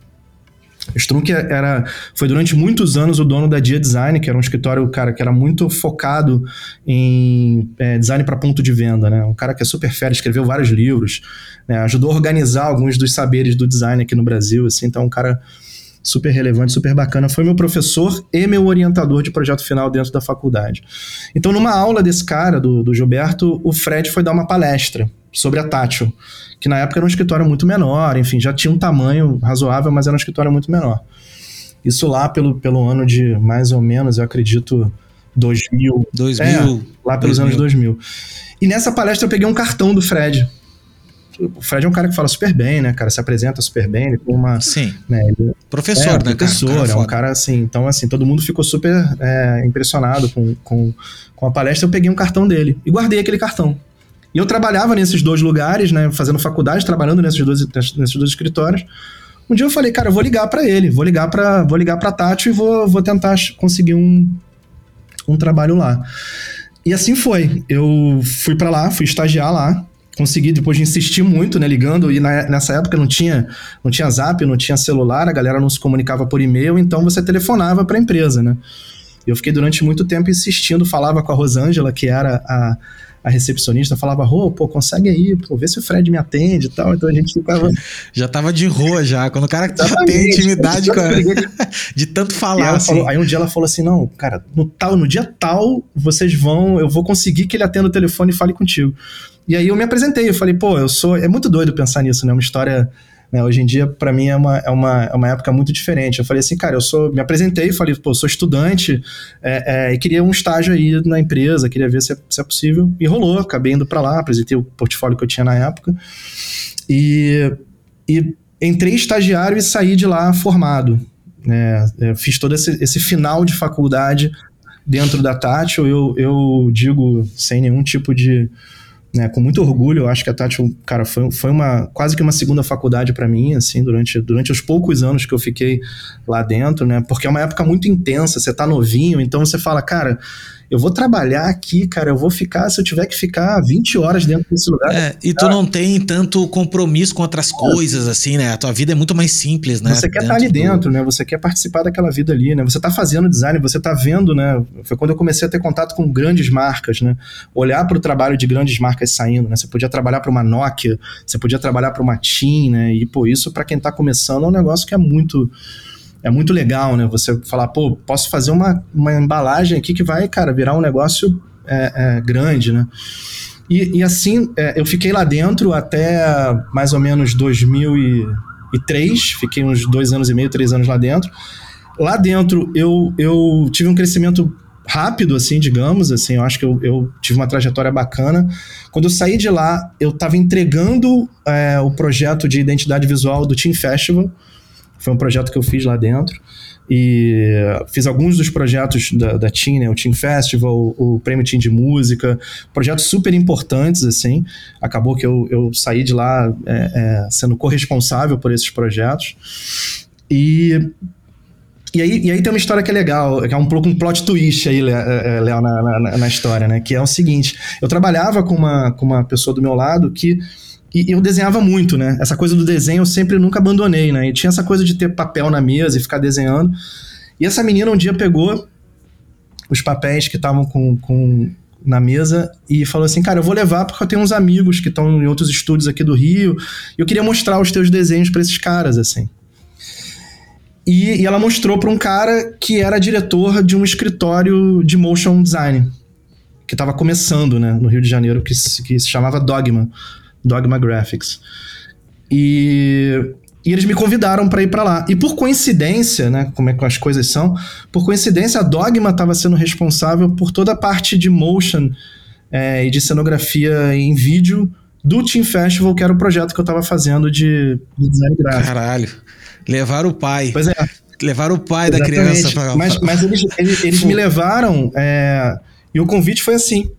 O Strunk era, foi durante muitos anos o dono da Dia Design, que era um escritório, cara, que era muito focado em é, design para ponto de venda, né? Um cara que é super fera, escreveu vários livros, né? Ajudou a organizar alguns dos saberes do design aqui no Brasil, assim, então um cara super relevante, super bacana. Foi meu professor e meu orientador de projeto final dentro da faculdade. Então, numa aula desse cara, do, do Gilberto, o Fred foi dar uma palestra sobre a Tátil, que na época era um escritório muito menor, enfim, já tinha um tamanho razoável, mas era um escritório muito menor. Isso lá pelo, pelo ano de, mais ou menos, eu acredito, dois mil. dois mil. É, lá pelos anos dois mil. E nessa palestra eu peguei um cartão do Fred. O Fred é um cara que fala super bem, né, cara? Se apresenta super bem, ele tem uma... Sim. Né, ele, professor, é, né, professor, cara? Professor, é um cara assim... Então, assim, todo mundo ficou super é, impressionado com, com, com a palestra. Eu peguei um cartão dele e guardei aquele cartão. E eu trabalhava nesses dois lugares, né, fazendo faculdade, trabalhando nesses dois, nesses dois escritórios. Um dia eu falei, cara, eu vou ligar pra ele, vou ligar pra, vou ligar pra Tati e vou, vou tentar conseguir um, um trabalho lá. E assim foi. Eu fui pra lá, fui estagiar lá, consegui, depois de insistir muito, né, ligando, e na, nessa época não tinha, não tinha zap, não tinha celular, a galera não se comunicava por e-mail, então você telefonava pra empresa, né. Eu fiquei durante muito tempo insistindo, falava com a Rosângela, que era a... a recepcionista, falava, Rô, pô, consegue aí, pô, vê se o Fred me atende e tal, então a gente ficava... Já tava de rua já, quando o cara já tem intimidade com a... de tanto falar, assim. Falou, aí um dia ela falou assim, não, cara, no, tal, no dia tal, vocês vão, eu vou conseguir que ele atenda o telefone e fale contigo. E aí eu me apresentei, eu falei, pô, eu sou... É muito doido pensar nisso, né, uma história... Né, hoje em dia, pra mim, é uma, é, uma, é uma época muito diferente. Eu falei assim, cara, eu sou... Me apresentei, falei, pô, sou estudante é, é, e queria um estágio aí na empresa, queria ver se é, se é possível. E rolou, acabei indo pra lá, apresentei o portfólio que eu tinha na época. E, e entrei estagiário e saí de lá formado. Né, eu fiz todo esse, esse final de faculdade dentro da Tátil. Eu, eu digo sem nenhum tipo de... Né, com muito orgulho, eu acho que a Tátil, cara, foi, foi uma, quase que uma segunda faculdade para mim, assim, durante, durante os poucos anos que eu fiquei lá dentro, né, porque é uma época muito intensa, você tá novinho, então você fala, cara, eu vou trabalhar aqui, cara, eu vou ficar, se eu tiver que ficar vinte horas dentro desse lugar. É, e tu não tem tanto compromisso com outras coisas, assim, né? A tua vida é muito mais simples, né? Você quer estar ali dentro, do... né? Você quer participar daquela vida ali, né? Você tá fazendo design, você tá vendo, né? Foi quando eu comecei a ter contato com grandes marcas, né? Olhar para o trabalho de grandes marcas saindo, né? Você podia trabalhar para uma Nokia, você podia trabalhar para uma TIM, né? E, pô, isso para quem tá começando é um negócio que é muito... É muito legal, né? Você falar, pô, posso fazer uma, uma embalagem aqui que vai, cara, virar um negócio é, é, grande, né? E, e assim, é, eu fiquei lá dentro até mais ou menos dois mil e três, fiquei uns dois anos e meio, três anos lá dentro. Lá dentro eu, eu tive um crescimento rápido, assim, digamos, assim, eu acho que eu, eu tive uma trajetória bacana. Quando eu saí de lá, eu estava entregando é, o projeto de identidade visual do Team Festival. Foi um projeto que eu fiz lá dentro e fiz alguns dos projetos da, da Team, né? O Team Festival, o, o Prêmio Team de Música, projetos super importantes, assim. Acabou que eu, eu saí de lá é, é, sendo corresponsável por esses projetos. E, e, aí, e aí tem uma história que é legal, que é um pouco um plot twist aí, Léo, na, na, na história, né? Que é o seguinte, eu trabalhava com uma, com uma pessoa do meu lado que... E eu desenhava muito, né? Essa coisa do desenho eu sempre nunca abandonei, né? E tinha essa coisa de ter papel na mesa e ficar desenhando. E essa menina um dia pegou os papéis que estavam com, com, na mesa e falou assim, cara, eu vou levar porque eu tenho uns amigos que estão em outros estúdios aqui do Rio e eu queria mostrar os teus desenhos para esses caras, assim. E, e ela mostrou para um cara que era diretor de um escritório de motion design, que estava começando, né, no Rio de Janeiro, que, que se chamava Dogma. Dogma Graphics. E, E eles me convidaram para ir para lá. E por coincidência, né, como é que as coisas são, por coincidência a Dogma estava sendo responsável por toda a parte de motion é, e de cenografia em vídeo do Team Festival, que era o projeto que eu estava fazendo de, de design gráfico. Caralho, levaram o pai. Pois é. Levaram o pai Exatamente. da criança pra... Mas, mas eles, eles, eles me levaram é, e o convite foi assim.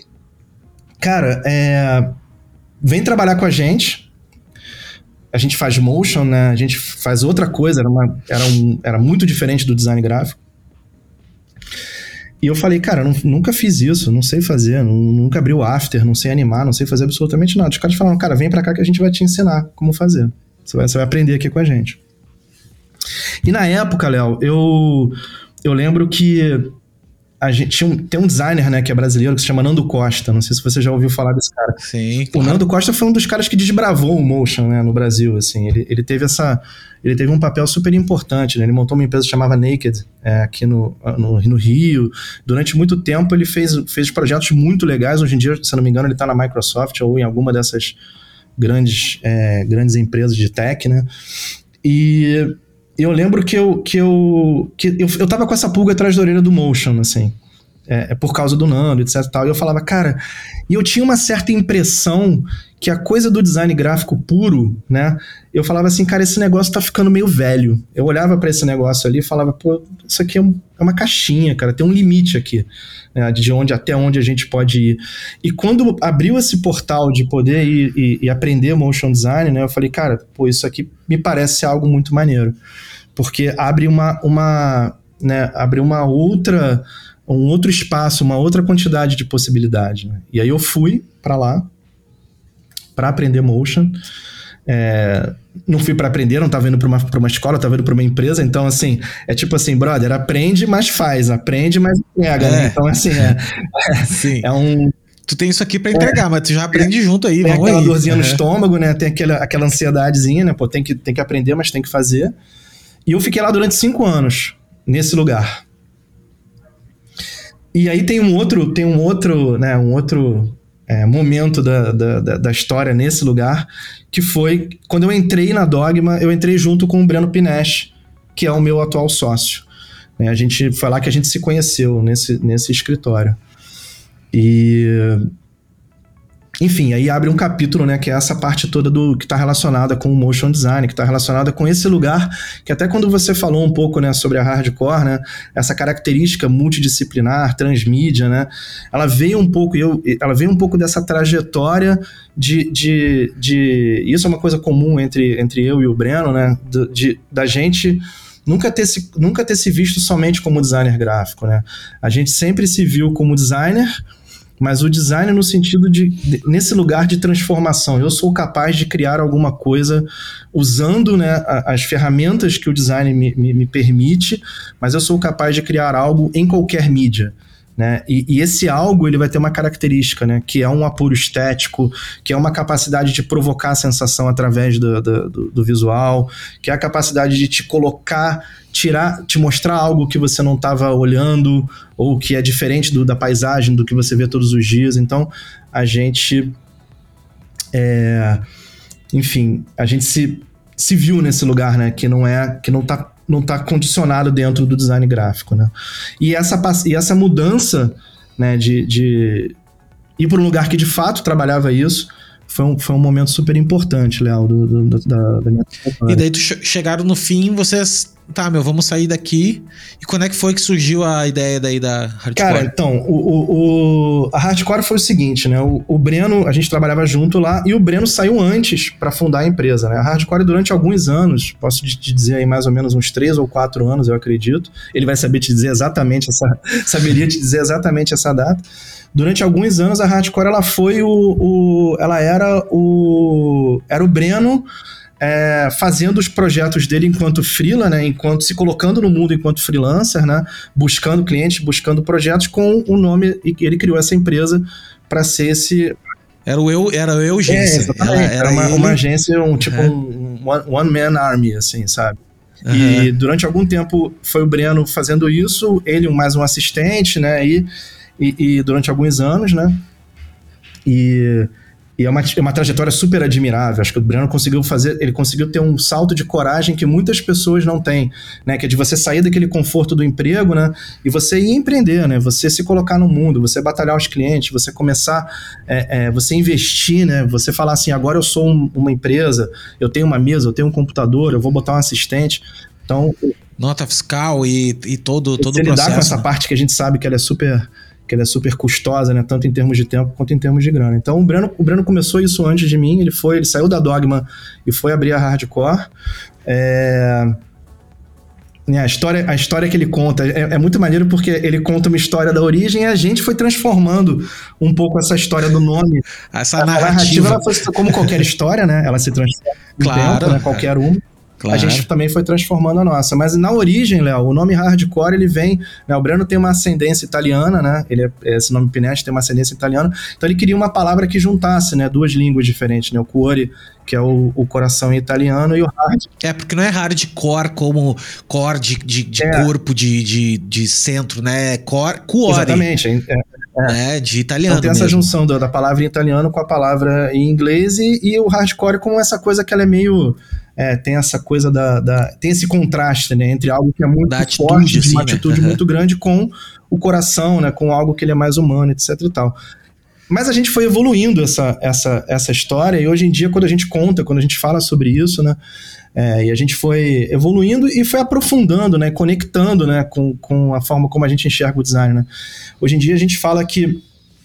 Cara, é, vem trabalhar com a gente. A gente faz motion, né? A gente faz outra coisa. Era, uma, era, um, era muito diferente do design gráfico. E eu falei, cara, eu não, nunca fiz isso, não sei fazer, não, nunca abri o After, não sei animar, não sei fazer absolutamente nada. Os caras falaram, cara, vem pra cá que a gente vai te ensinar como fazer. Você vai, você vai aprender aqui com a gente. E na época, Léo, eu, eu lembro que a gente tinha um, tem um designer, né, que é brasileiro, que se chama Nando Costa. Não sei se você já ouviu falar desse cara. Sim, o claro. Nando Costa foi um dos caras que desbravou o motion, né, no Brasil, assim. Ele, ele teve essa, ele teve um papel super importante, né? Ele montou uma empresa que chamava Naked, é, aqui no, no, no Rio. Durante muito tempo ele fez, fez projetos muito legais. Hoje em dia, se não me engano, ele está na Microsoft ou em alguma dessas grandes, é, grandes empresas de tech, né? E eu lembro que eu, que eu, que eu, eu tava com essa pulga atrás da orelha do motion, assim. É, é por causa do Nando, etc e tal. E eu falava, cara... E eu tinha uma certa impressão que a coisa do design gráfico puro, né? Eu falava assim, cara, esse negócio tá ficando meio velho. Eu olhava pra esse negócio ali e falava, pô, isso aqui é, um, é uma caixinha, cara. Tem um limite aqui, né? De onde até onde a gente pode ir. E quando abriu esse portal de poder ir e, e aprender motion design, né? Eu falei, cara, pô, isso aqui me parece ser algo muito maneiro. Porque abre uma... uma né? Abre uma outra... um outro espaço, uma outra quantidade de possibilidade, né? E aí eu fui pra lá pra aprender motion. É, não fui pra aprender, não tava indo pra uma, pra uma escola, tava indo pra uma empresa. Então, assim, é tipo assim, brother, aprende, mas faz. Aprende, mas pega, é. né? Então, assim, é, Sim. é um... Tu tem isso aqui pra entregar, é, mas tu já aprende é, junto aí, tem vamos aquela aí. dorzinha uhum. no estômago, né? Tem aquela, aquela ansiedadezinha, né? Pô, tem que, tem que aprender, mas tem que fazer. E eu fiquei lá durante cinco anos, nesse lugar. E aí tem um outro, tem um outro, né, um outro é, momento da, da, da história nesse lugar, que foi quando eu entrei na Dogma, eu entrei junto com o Breno Pinesch, que é o meu atual sócio. É, a gente, foi lá que a gente se conheceu, nesse, nesse escritório. E... Enfim, aí abre um capítulo, né, que é essa parte toda do que está relacionada com o motion design, que está relacionada com esse lugar, que até quando você falou um pouco, né, sobre a hardcore, né, essa característica multidisciplinar, transmídia, né, ela veio um pouco, eu, ela veio um pouco dessa trajetória de, de, de isso é uma coisa comum entre, entre eu e o Breno, né, de, de, da gente nunca ter, se, nunca ter se visto somente como designer gráfico, né, a gente sempre se viu como designer, mas o design no sentido de, de, nesse lugar de transformação. Eu sou capaz de criar alguma coisa usando, né, a, as ferramentas que o design me, me, me permite, mas eu sou capaz de criar algo em qualquer mídia. Né? E, e esse algo ele vai ter uma característica, né? Que é um apuro estético, que é uma capacidade de provocar a sensação através do, do, do, do visual, que é a capacidade de te colocar, tirar, te mostrar algo que você não estava olhando, ou que é diferente do, da paisagem, do que você vê todos os dias. Então a gente é, enfim, a gente se, se viu nesse lugar, né? Que não é, que não tá não está condicionado dentro do design gráfico, né? E essa, e essa mudança, né, de, de ir para um lugar que de fato trabalhava isso, foi um, foi um momento super importante, Léo, do, do, da, da minha trajetória. E daí tu chegaram no fim, vocês... Tá, meu, vamos sair daqui. E quando é que foi que surgiu a ideia daí da Hardcore? Cara, então, o, o, o, a Hardcore foi o seguinte, né? O, o Breno, a gente trabalhava junto lá, e o Breno saiu antes para fundar a empresa, né? A Hardcore, durante alguns anos, posso te dizer aí mais ou menos uns três ou quatro anos, eu acredito. Ele vai saber te dizer exatamente essa... saberia te dizer exatamente essa data. Durante alguns anos, a Hardcore, ela foi o... o ela era o... Era o Breno... É, fazendo os projetos dele enquanto freela, né, enquanto se colocando no mundo enquanto freelancer, né, buscando clientes, buscando projetos com o nome, e ele criou essa empresa para ser esse... Era o eu, era eu agência. É, exatamente. Era, era uma, uma agência, um tipo uhum. um one-man army, assim, sabe? Uhum. E durante algum tempo foi o Breno fazendo isso, ele mais um assistente, né, e, e, e durante alguns anos, né, e... E é uma, é uma trajetória super admirável. Acho que o Breno conseguiu fazer, ele conseguiu ter um salto de coragem que muitas pessoas não têm, né? Que é de você sair daquele conforto do emprego, né? E você ir empreender, né? Você se colocar no mundo, você batalhar os clientes, você começar, é, é, você investir, né? Você falar assim, agora eu sou um, uma empresa, eu tenho uma mesa, eu tenho um computador, eu vou botar um assistente. Então, nota fiscal e, e todo, todo você o processo. lidar com essa né? parte que a gente sabe que ela é super... que ela é super custosa, né? Tanto em termos de tempo quanto em termos de grana. Então o Breno, o Breno começou isso antes de mim, ele foi, ele saiu da Dogma e foi abrir a Hardcore. É... A história, a história que ele conta é, é muito maneiro porque ele conta uma história da origem e a gente foi transformando um pouco essa história do nome. Essa a narrativa. narrativa ela foi, como qualquer história, né? Ela se transforma no Claro, tempo, né? Qualquer uma. Claro. A gente também foi transformando a nossa. Mas na origem, Léo, o nome Hardcore, ele vem... Né, o Breno tem uma ascendência italiana, né? Ele é, esse nome Pinetti tem uma ascendência italiana. Então ele queria uma palavra que juntasse, né? Duas línguas diferentes, né? O cuore, que é o, o coração em italiano, e o hard... É, porque não é hardcore como core de, de, de é. corpo, de, de, de centro, né? É core, cuore. Exatamente. É, é. é, de italiano Então tem mesmo. essa junção da, da palavra em italiano com a palavra em inglês e, e o hardcore como essa coisa que ela é meio... É, tem essa coisa da, da... Tem esse contraste, né? Entre algo que é muito da forte, atitude, de uma assim, atitude né? muito grande com o coração, né? Com algo que ele é mais humano, etc e tal. Mas a gente foi evoluindo essa, essa, essa história e hoje em dia, quando a gente conta, quando a gente fala sobre isso, né? É, e a gente foi evoluindo e foi aprofundando, né? Conectando, né? Com, com a forma como a gente enxerga o design, né? Hoje em dia a gente fala que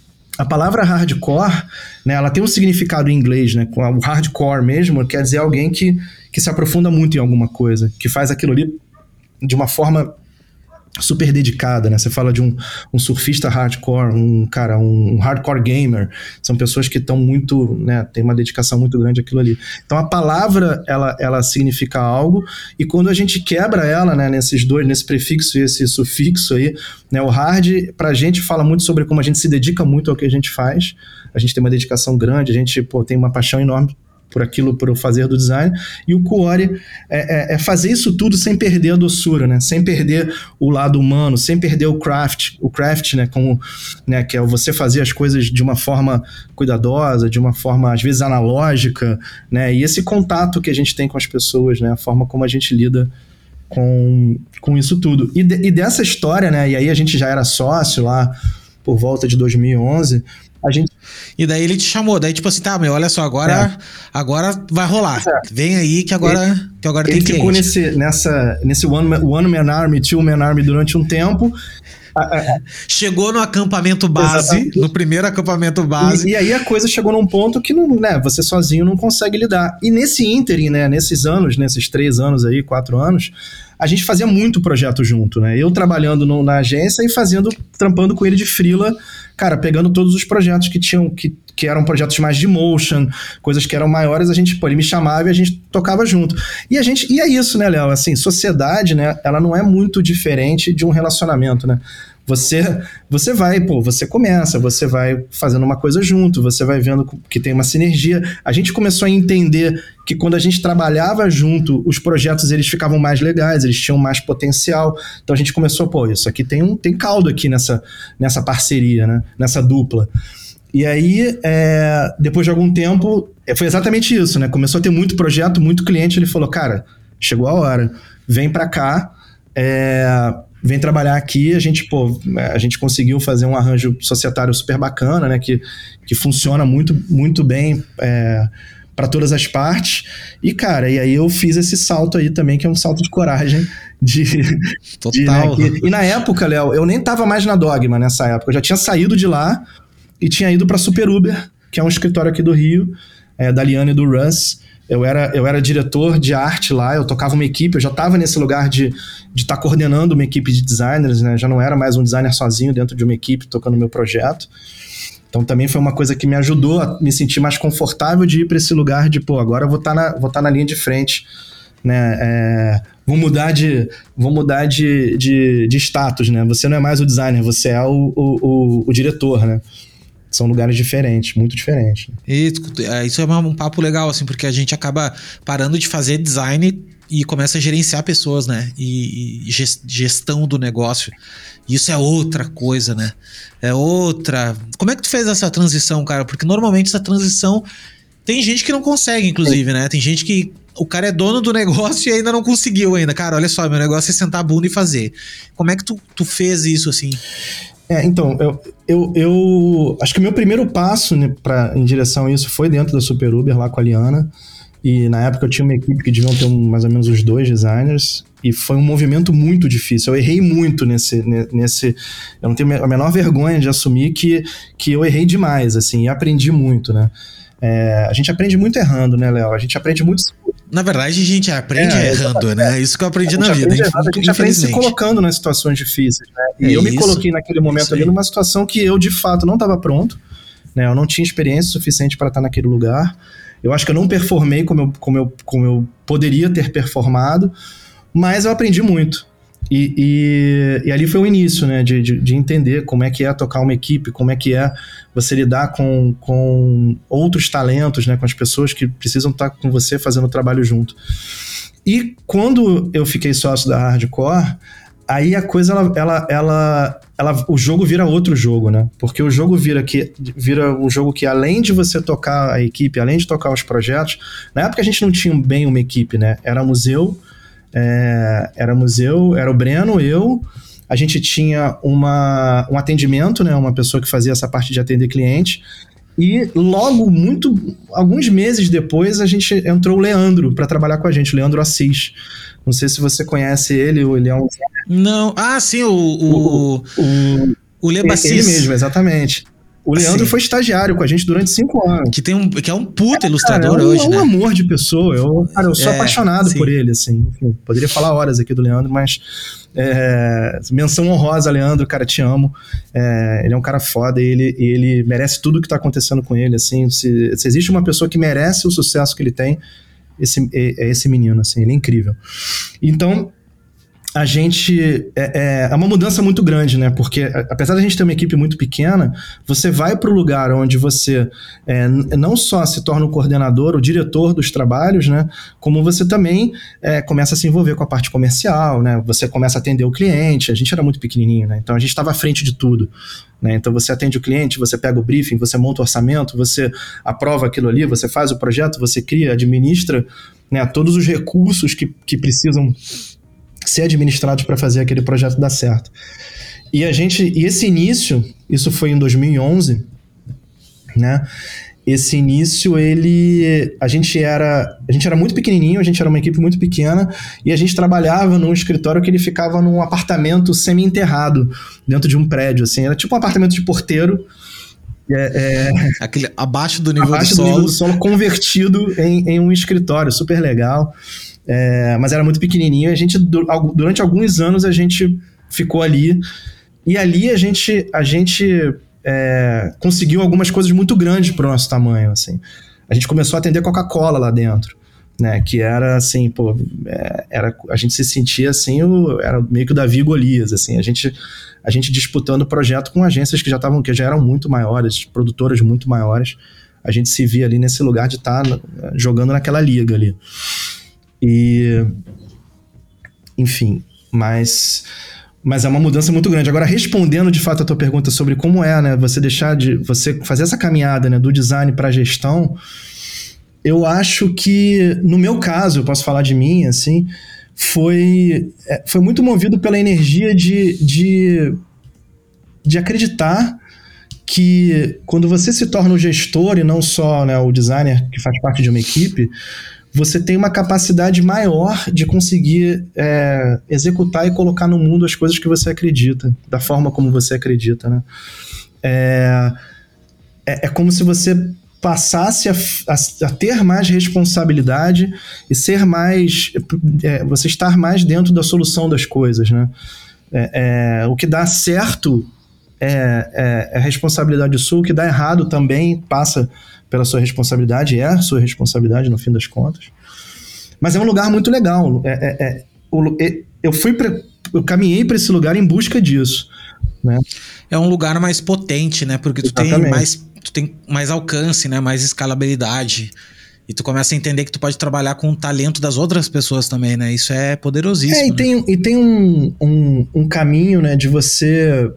a palavra hardcore, né, ela tem um significado em inglês, né, o hardcore mesmo, quer dizer alguém que, que se aprofunda muito em alguma coisa, que faz aquilo ali de uma forma super dedicada, né? Você fala de um, um surfista hardcore, um cara, um hardcore gamer, são pessoas que estão muito, né, tem uma dedicação muito grande àquilo ali. Então a palavra, ela, ela significa algo, e quando a gente quebra ela, né, nesses dois, nesse prefixo e esse sufixo aí, né, o hard, pra gente fala muito sobre como a gente se dedica muito ao que a gente faz, a gente tem uma dedicação grande, a gente, pô, tem uma paixão enorme por aquilo, por o fazer do design, e o cuore é, é, é fazer isso tudo sem perder a doçura, né? Sem perder o lado humano, sem perder o craft, o craft, né? Como, né? Que é você fazer as coisas de uma forma cuidadosa, de uma forma, às vezes, analógica, né? E esse contato que a gente tem com as pessoas, né? A forma como a gente lida com, com isso tudo. E, de, e dessa história, né? E aí a gente já era sócio lá por volta de dois mil e onze, a gente... E daí ele te chamou, daí tipo assim, tá, meu, olha só, agora, é. agora vai rolar. É. Vem aí que agora, ele, que agora tem cliente. Ele ficou nesse, nessa, nesse one, one Man Army, Two Man Army durante um tempo. Chegou no acampamento base, exatamente. No primeiro acampamento base. E, e aí a coisa chegou num ponto que não, né, você sozinho não consegue lidar. E nesse ínterim, né, nesses anos, nesses três anos aí, quatro anos, a gente fazia muito projeto junto, né? Eu trabalhando no, na agência e fazendo, trampando com ele de freela, cara, pegando todos os projetos que tinham, que, que eram projetos mais de motion, coisas que eram maiores, a gente, pô, ele me chamava e a gente tocava junto. E a gente, e é isso, né, Léo? Assim, sociedade, né, ela não é muito diferente de um relacionamento, né? Você, você vai, pô, você começa, você vai fazendo uma coisa junto, você vai vendo que tem uma sinergia. A gente começou a entender que quando a gente trabalhava junto, os projetos eles ficavam mais legais, eles tinham mais potencial. Então a gente começou, pô, isso aqui tem, um, tem caldo aqui nessa, nessa parceria, né? Nessa dupla. E aí, é, depois de algum tempo, foi exatamente isso, né? Começou a ter muito projeto, muito cliente, ele falou, cara, chegou a hora, vem pra cá, é... vem trabalhar aqui, a gente, pô, a gente conseguiu fazer um arranjo societário super bacana, né, que, que funciona muito, muito bem é, para todas as partes, e cara, e aí eu fiz esse salto aí também, que é um salto de coragem, de... Total. De, né, que, e na época, Léo, eu nem tava mais na Dogma nessa época, eu já tinha saído de lá e tinha ido para Super Uber, que é um escritório aqui do Rio, é, da Liane e do Russ. Eu era, eu era diretor de arte lá, eu tocava uma equipe, eu já estava nesse lugar de estar tá coordenando uma equipe de designers, né? Já não era mais um designer sozinho dentro de uma equipe tocando meu projeto. Então também foi uma coisa que me ajudou a me sentir mais confortável de ir para esse lugar de, pô, agora eu vou estar tá na, vou tá na linha de frente, né? É, vou mudar, de, vou mudar de, de, de status, né? Você não é mais o designer, você é o, o, o, o diretor, né? São lugares diferentes, muito diferentes. E, isso é um papo legal, assim, porque a gente acaba parando de fazer design e começa a gerenciar pessoas, né? E, e gestão do negócio. Isso é outra coisa, né? É outra... Como é que tu fez essa transição, cara? Porque normalmente essa transição... Tem gente que não consegue, inclusive, né? Tem gente que... O cara é dono do negócio e ainda não conseguiu ainda. Cara, olha só, meu negócio é sentar a bunda e fazer. Como é que tu, tu fez isso, assim? É, então, eu, eu, eu acho que o meu primeiro passo, né, pra, em direção a isso foi dentro da Super Uber, lá com a Liana. E na época eu tinha uma equipe que deviam ter um, mais ou menos os dois designers. E foi um movimento muito difícil. Eu errei muito nesse... nesse eu não tenho a menor vergonha de assumir que, que eu errei demais, assim, e aprendi muito, né? É, a gente aprende muito errando, né, Léo? A gente aprende muito... Na verdade, a gente aprende é, errando, né? Isso que eu aprendi a na vida. Errado, a gente aprende se colocando nas situações difíceis, né? E é eu isso, me coloquei naquele momento ali numa situação que eu, de fato, não estava pronto, né? Eu não tinha experiência suficiente para estar naquele lugar. Eu acho que eu não performei como eu, como eu, como eu poderia ter performado, mas eu aprendi muito. E, e, e ali foi o início, né, de, de, de entender como é que é tocar uma equipe, como é que é você lidar com, com outros talentos, né, com as pessoas que precisam estar com você fazendo o trabalho junto. E quando eu fiquei sócio da Hardcore, aí a coisa, ela, ela, ela, ela, o jogo vira outro jogo, né? Porque o jogo vira, que, vira um jogo que, além de você tocar a equipe, além de tocar os projetos, na época a gente não tinha bem uma equipe, né? Era museu, é, era museu, era o Breno, eu, a gente tinha uma, um atendimento, né? Uma pessoa que fazia essa parte de atender cliente. E logo, muito, alguns meses depois, a gente entrou o Leandro para trabalhar com a gente, o Leandro Assis. Não sei se você conhece ele, ele é um... Não, ah, sim, o... O, o, o, o Leba Assis. Ele mesmo, exatamente. O Leandro assim, foi estagiário com a gente durante cinco anos. Que, tem um, que é um puta ilustrador cara, é um, hoje, é um né? um amor de pessoa. Eu, cara, eu sou é, apaixonado sim. por ele, assim. Enfim, poderia falar horas aqui do Leandro, mas... É, menção honrosa, Leandro, cara, te amo. É, ele é um cara foda e ele, ele merece tudo que tá acontecendo com ele, assim. Se, se existe uma pessoa que merece o sucesso que ele tem, esse, é, é esse menino, assim. Ele é incrível. Então... a gente... É, é uma mudança muito grande, né? Porque, apesar da gente ter uma equipe muito pequena, você vai para o lugar onde você é, não só se torna o coordenador, o diretor dos trabalhos, né? Como você também é, começa a se envolver com a parte comercial, né? Você começa a atender o cliente. A gente era muito pequenininho, né? Então, a gente estava à frente de tudo, né? Então, você atende o cliente, você pega o briefing, você monta o orçamento, você aprova aquilo ali, você faz o projeto, você cria, administra, né, todos os recursos que, que precisam ser administrados para fazer aquele projeto dar certo. E a gente, e esse início, isso foi em dois mil e onze, né? Esse início, ele, a gente era, a gente era muito pequenininho, a gente era uma equipe muito pequena e a gente trabalhava num escritório que ele ficava num apartamento semi-enterrado dentro de um prédio, assim, era tipo um apartamento de porteiro. É, é, Aquele, abaixo do nível abaixo do, do solo. nível do solo, convertido em, em um escritório, super legal. É, mas era muito pequenininho. A gente, durante alguns anos a gente ficou ali e ali a gente, a gente é, conseguiu algumas coisas muito grandes para o nosso tamanho, assim. A gente começou a atender Coca-Cola lá dentro, né? Que era assim, pô, é, era, a gente se sentia assim, o, era meio que o Davi e Golias, assim. A gente, a gente disputando o projeto com agências que já estavam, que já eram muito maiores, produtoras muito maiores. A gente se via ali nesse lugar de estar tá jogando naquela liga ali. E, enfim, mas, mas é uma mudança muito grande. Agora, respondendo de fato a tua pergunta sobre como é, né, você deixar de, você fazer essa caminhada, né, do design para a gestão, eu acho que, no meu caso, eu posso falar de mim, assim, foi, foi muito movido pela energia de, de, de acreditar que quando você se torna o gestor e não só, né, o designer que faz parte de uma equipe, você tem uma capacidade maior de conseguir é, executar e colocar no mundo as coisas que você acredita, da forma como você acredita, né? É, é, é como se você passasse a, a, a ter mais responsabilidade e ser mais... É, você estar mais dentro da solução das coisas, né? É, é, o que dá certo é, é, é responsabilidade sua, o que dá errado também passa pela sua responsabilidade, é a sua responsabilidade no fim das contas. Mas é um lugar muito legal. É, é, é, eu, fui pra, eu caminhei para esse lugar em busca disso. né? É um lugar mais potente, né? Porque tu tem mais, tu tem mais alcance, né? Mais escalabilidade. E tu começa a entender que tu pode trabalhar com o talento das outras pessoas também, né? Isso é poderosíssimo. É, e né? tem, e tem um, um, um caminho, né, de você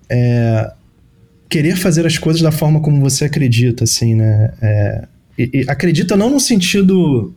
é, querer fazer as coisas da forma como você acredita, assim, né? É, e, e acredita não no sentido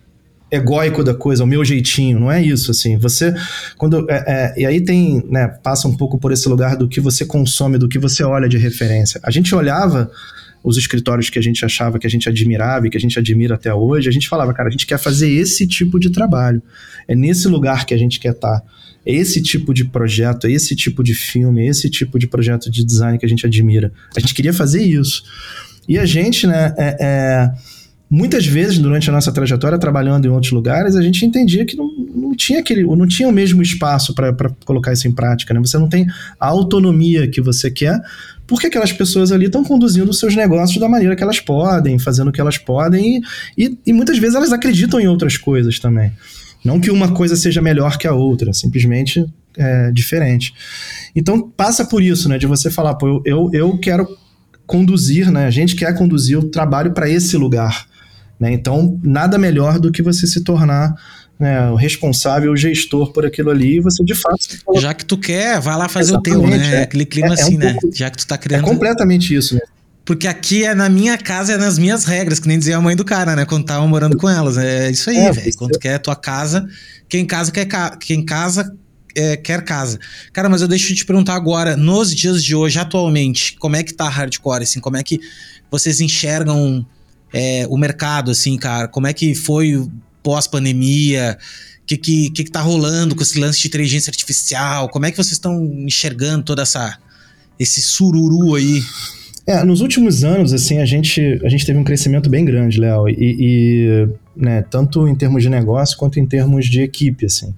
egóico da coisa, o meu jeitinho, não é isso, assim, você, quando, é, é, e aí tem, né, passa um pouco por esse lugar do que você consome, do que você olha de referência. A gente olhava os escritórios que a gente achava, que a gente admirava e que a gente admira até hoje, a gente falava, cara, a gente quer fazer esse tipo de trabalho, é nesse lugar que a gente quer estar, é esse tipo de projeto, é esse tipo de filme, é esse tipo de projeto de design que a gente admira. A gente queria fazer isso. E a gente, né, é... é muitas vezes, durante a nossa trajetória, trabalhando em outros lugares, a gente entendia que não, não tinha aquele, não tinha o mesmo espaço para colocar isso em prática, né? Você não tem a autonomia que você quer, porque aquelas pessoas ali estão conduzindo os seus negócios da maneira que elas podem, fazendo o que elas podem, e, e, e muitas vezes elas acreditam em outras coisas também. Não que uma coisa seja melhor que a outra, simplesmente é diferente. Então, passa por isso, né? De você falar, pô, eu, eu, eu quero conduzir, né? A gente quer conduzir o trabalho para esse lugar. Né? Então, nada melhor do que você se tornar, né, o responsável, o gestor por aquilo ali, e você de fato... Já que tu quer, vai lá fazer Exatamente, o teu, né? É, aquele clima é, é assim, um né? Pouco, Já que tu tá criando... É completamente isso, né? Porque aqui é na minha casa, é nas minhas regras, que nem dizia a mãe do cara, né? Quando tava morando com elas. É isso aí, é, velho. Você... Quando tu quer a tua casa, quem casa quer ca... quem casa é, quer casa. Cara, mas eu deixo de te perguntar agora, nos dias de hoje, atualmente, como é que tá a hardcore, assim? Como é que vocês enxergam... É, o mercado, assim, cara, como é que foi pós-pandemia, o que, que, que, que tá rolando com esse lance de inteligência artificial, como é que vocês estão enxergando toda essa, esse sururu aí? É, nos últimos anos, assim, a gente, a gente teve um crescimento bem grande, Léo, e, e né, tanto em termos de negócio quanto em termos de equipe, assim.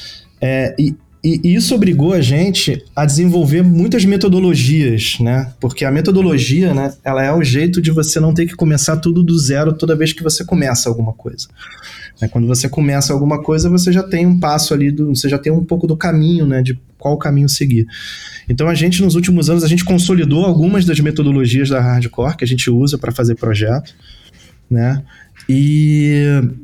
É, e E isso obrigou a gente a desenvolver muitas metodologias, né? Porque a metodologia, né, ela é o jeito de você não ter que começar tudo do zero toda vez que você começa alguma coisa. Quando você começa alguma coisa, você já tem um passo ali, do, você já tem um pouco do caminho, né, de qual caminho seguir. Então a gente, nos últimos anos, a gente consolidou algumas das metodologias da Hardcore que a gente usa para fazer projeto, né? E...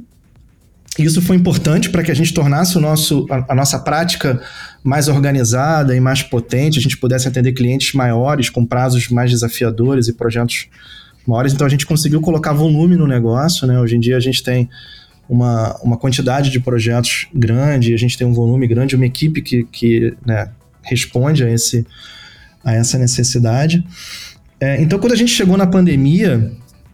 isso foi importante para que a gente tornasse o nosso, a, a nossa prática mais organizada e mais potente, a gente pudesse atender clientes maiores, com prazos mais desafiadores e projetos maiores. Então a gente conseguiu colocar volume no negócio, né? Hoje em dia a gente tem uma, uma quantidade de projetos grande, a gente tem um volume grande, uma equipe que, que né, responde a, esse, a essa necessidade. É, então quando a gente chegou na pandemia...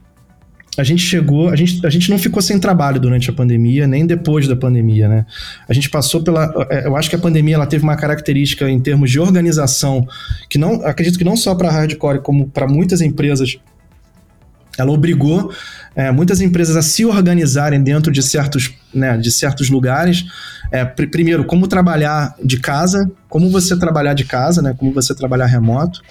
A gente chegou, a gente, a gente não ficou sem trabalho durante a pandemia, nem depois da pandemia, né? A gente passou pela... Eu acho que a pandemia ela teve uma característica em termos de organização, que não, acredito que não só para a Hardcore, como para muitas empresas, ela obrigou é, muitas empresas a se organizarem dentro de certos, né, de certos lugares. É, pr- primeiro, como trabalhar de casa, como você trabalhar de casa, né? Como você trabalhar remoto.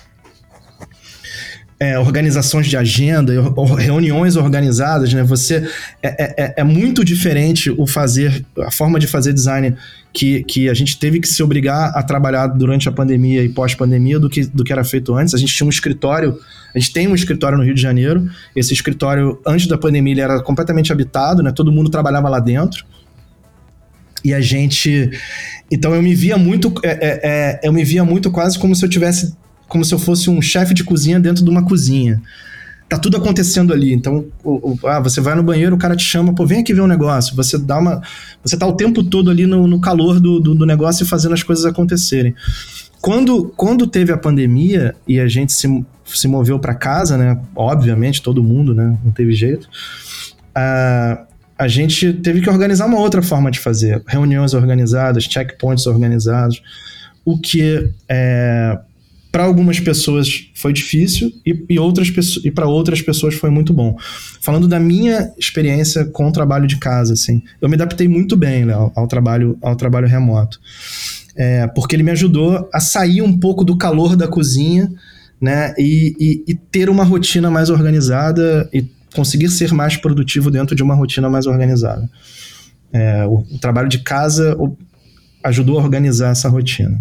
É, organizações de agenda, reuniões organizadas, né? Você é, é, é muito diferente o fazer, a forma de fazer design que, que a gente teve que se obrigar a trabalhar durante a pandemia e pós-pandemia do que, do que era feito antes. A gente tinha um escritório, a gente tem um escritório no Rio de Janeiro. Esse escritório, antes da pandemia, ele era completamente habitado, né? Todo mundo trabalhava lá dentro. E a gente... Então eu me via muito, é, é, é, eu me via muito quase como se eu tivesse... como se eu fosse um chefe de cozinha dentro de uma cozinha. Tá tudo acontecendo ali. Então, o, o, ah, você vai no banheiro, o cara te chama, pô, vem aqui ver um negócio. Você dá uma... Você tá o tempo todo ali no, no calor do, do, do negócio e fazendo as coisas acontecerem. Quando, quando teve a pandemia e a gente se, se moveu para casa, né? Obviamente, todo mundo, né? Não teve jeito. Ah, a gente teve que organizar uma outra forma de fazer. Reuniões organizadas, checkpoints organizados. O que é... para algumas pessoas foi difícil e, e, outras pessoas, e para outras pessoas foi muito bom. Falando da minha experiência com o trabalho de casa, assim, eu me adaptei muito bem, Léo, ao trabalho, ao trabalho remoto. É, porque ele me ajudou a sair um pouco do calor da cozinha, né, e, e, e ter uma rotina mais organizada e conseguir ser mais produtivo dentro de uma rotina mais organizada. É, o, o trabalho de casa o, ajudou a organizar essa rotina.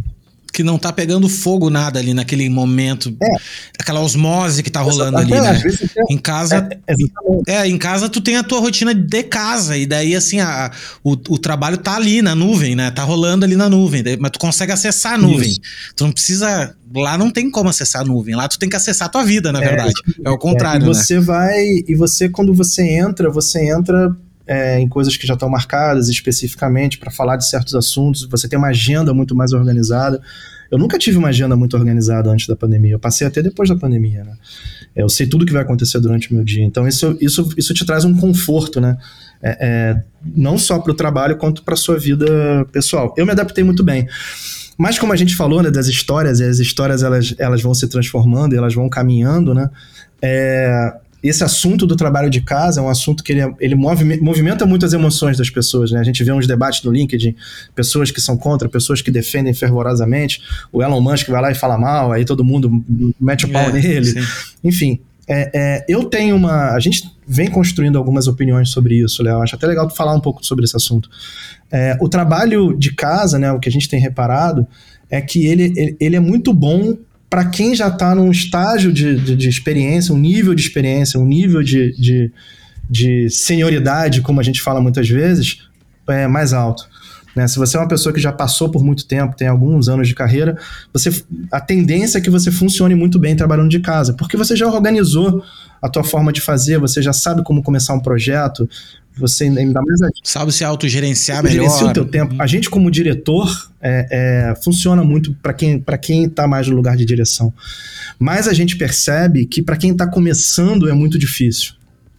que não tá pegando fogo nada ali naquele momento. É. Aquela osmose que tá rolando Até, ali, né? Às vezes até, em casa... É, é, em casa tu tem a tua rotina de casa, e daí, assim, a, o, o trabalho tá ali na nuvem, né? Tá rolando ali na nuvem, daí, mas tu consegue acessar a nuvem. Isso. Tu não precisa... Lá não tem como acessar a nuvem, lá tu tem que acessar a tua vida, na verdade. É, é o contrário, é, e você né? vai... E você, quando você entra, você entra... É, em coisas que já estão marcadas especificamente para falar de certos assuntos, você tem uma agenda muito mais organizada. Eu nunca tive uma agenda muito organizada antes da pandemia, eu passei até depois da pandemia, né? Eu sei tudo que vai acontecer durante o meu dia, então isso, isso, isso te traz um conforto, né? É, é, não só para o trabalho, quanto para a sua vida pessoal. Eu me adaptei muito bem. Mas como a gente falou, né, das histórias, e as histórias elas, elas vão se transformando, elas vão caminhando, né? É... Esse assunto do trabalho de casa é um assunto que ele, ele move, movimenta muito as emoções das pessoas, né? A gente vê uns debates no LinkedIn, pessoas que são contra, pessoas que defendem fervorosamente, o Elon Musk vai lá e fala mal, aí todo mundo mete o pau é, nele. Sim. Enfim, é, é, eu tenho uma... A gente vem construindo algumas opiniões sobre isso, Léo. Acho até legal tu falar um pouco sobre esse assunto. É, o trabalho de casa, né, o que a gente tem reparado, é que ele, ele, ele é muito bom para quem já está num estágio de, de, de experiência, um nível de experiência, um nível de, de, de senioridade, como a gente fala muitas vezes, é mais alto. Né? Se você é uma pessoa que já passou por muito tempo, tem alguns anos de carreira, você, a tendência é que você funcione muito bem trabalhando de casa, porque você já organizou a tua forma de fazer, você já sabe como começar um projeto, você ainda mais... Sabe se autogerenciar melhor. Gerencia o teu tempo. A gente, como diretor, é, é, funciona muito para quem para quem está mais no lugar de direção. Mas a gente percebe que para quem está começando é muito difícil.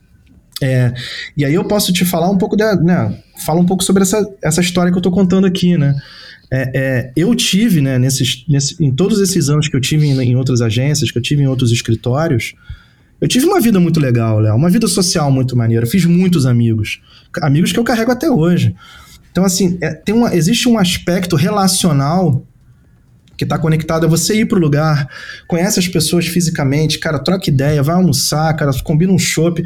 É, e aí eu posso te falar um pouco da, né, fala um pouco sobre essa, essa história que eu estou contando aqui, né? É, é, eu tive, né, nesses, nesse, em todos esses anos que eu tive em, em outras agências, que eu tive em outros escritórios, eu tive uma vida muito legal, Léo, uma vida social muito maneira, eu fiz muitos amigos, amigos que eu carrego até hoje. Então, assim, é, tem uma, existe um aspecto relacional que está conectado a você ir pro lugar, conhece as pessoas fisicamente, cara, troca ideia, vai almoçar, cara, combina um chopp.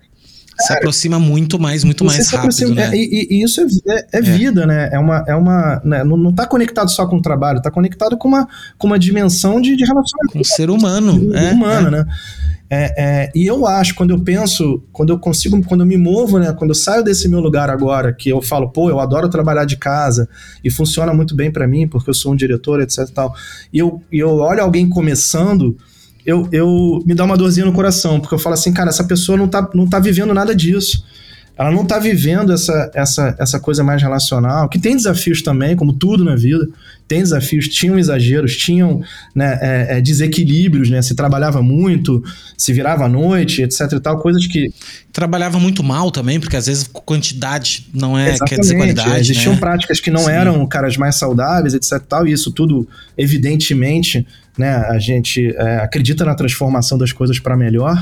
Se aproxima muito mais, muito mais rápido, aproxima, né? É, e, e isso é, é, é vida, né? É uma, é uma, né? Não, não tá conectado só com o trabalho, tá conectado com uma, com uma dimensão de, de relacionamento. Com o ser humano. É, humano, é. né? É, é, e eu acho, quando eu penso, quando eu consigo, quando eu me movo, né? Quando eu saio desse meu lugar agora, que eu falo, pô, eu adoro trabalhar de casa e funciona muito bem pra mim, porque eu sou um diretor, etc e tal. E eu, e eu olho alguém começando... Eu, eu me dá uma dorzinha no coração, porque eu falo assim, cara, essa pessoa não tá, não tá vivendo nada disso. Ela não tá vivendo essa, essa, essa coisa mais relacional, que tem desafios também, como tudo na vida, tem desafios, tinham exageros, tinham, né, é, é, desequilíbrios, né, se trabalhava muito, se virava à noite, etc e tal, coisas que... Trabalhava muito mal também, porque às vezes quantidade não é, Exatamente, quer dizer qualidade, é, existiam né? práticas que não Sim. eram caras mais saudáveis, etc e tal, e isso tudo, evidentemente, né, a gente é, acredita na transformação das coisas para melhor.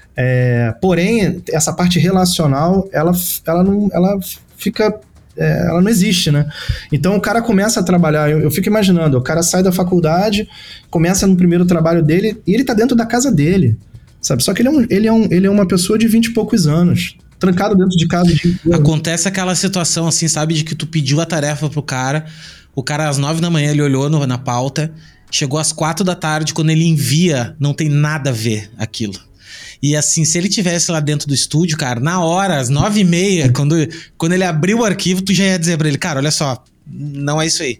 É, porém, essa parte relacional, ela, ela, não, ela fica... É, ela não existe, né? Então o cara começa a trabalhar, eu, eu fico imaginando, o cara sai da faculdade, começa no primeiro trabalho dele e ele tá dentro da casa dele, sabe? Só que ele é, um, ele é, um, ele é uma pessoa de vinte e poucos anos, trancado dentro de casa. De... Acontece aquela situação assim, sabe? De que tu pediu a tarefa pro cara, o cara às nove da manhã ele olhou no, na pauta, chegou às quatro da tarde, quando ele envia, não tem nada a ver aquilo. E assim, se ele tivesse lá dentro do estúdio, cara, na hora, às nove e meia, quando, quando ele abriu o arquivo, tu já ia dizer pra ele, cara, olha só, não é isso aí.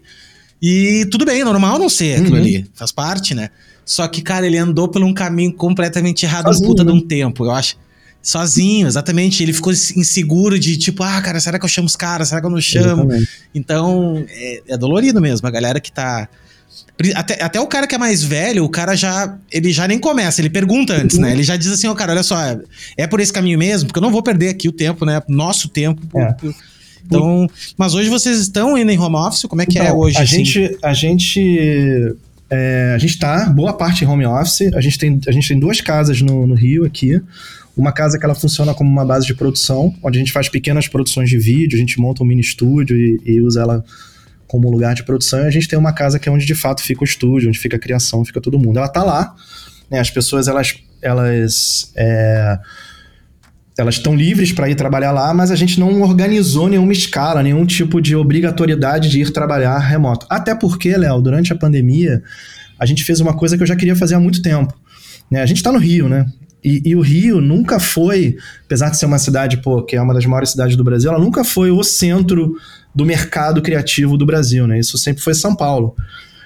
E tudo bem, normal não ser aquilo uhum. ali, faz parte, né? Só que, cara, ele andou por um caminho completamente errado, sozinho, um puta né? de um tempo, eu acho. Sozinho, exatamente. Ele ficou inseguro de tipo, ah, cara, será que eu chamo os caras? Será que eu não chamo? Exatamente. Então, é, é dolorido mesmo. A galera que tá... Até, até o cara que é mais velho, o cara já... Ele já nem começa, ele pergunta antes, uhum. né? Ele já diz assim, ó, oh, cara, olha só, é por esse caminho mesmo? Porque eu não vou perder aqui o tempo, né? Nosso tempo. É. Por, então... Mas hoje vocês estão indo em home office? Como é que então, é hoje? A assim? gente... A gente... É, a gente tá, boa parte em home office. A gente tem, a gente tem duas casas no, no Rio aqui. Uma casa que ela funciona como uma base de produção, onde a gente faz pequenas produções de vídeo, a gente monta um mini estúdio e, e usa ela como lugar de produção. E a gente tem uma casa que é onde de fato fica o estúdio, onde fica a criação, fica todo mundo. Ela tá lá, né? As pessoas, elas, elas é, elas estão livres para ir trabalhar lá, mas a gente não organizou nenhuma escala, nenhum tipo de obrigatoriedade de ir trabalhar remoto. Até porque, Léo, durante a pandemia, a gente fez uma coisa que eu já queria fazer há muito tempo. Né? A gente está no Rio, né? E, e o Rio nunca foi, apesar de ser uma cidade, pô, que é uma das maiores cidades do Brasil, ela nunca foi o centro do mercado criativo do Brasil, né? Isso sempre foi São Paulo.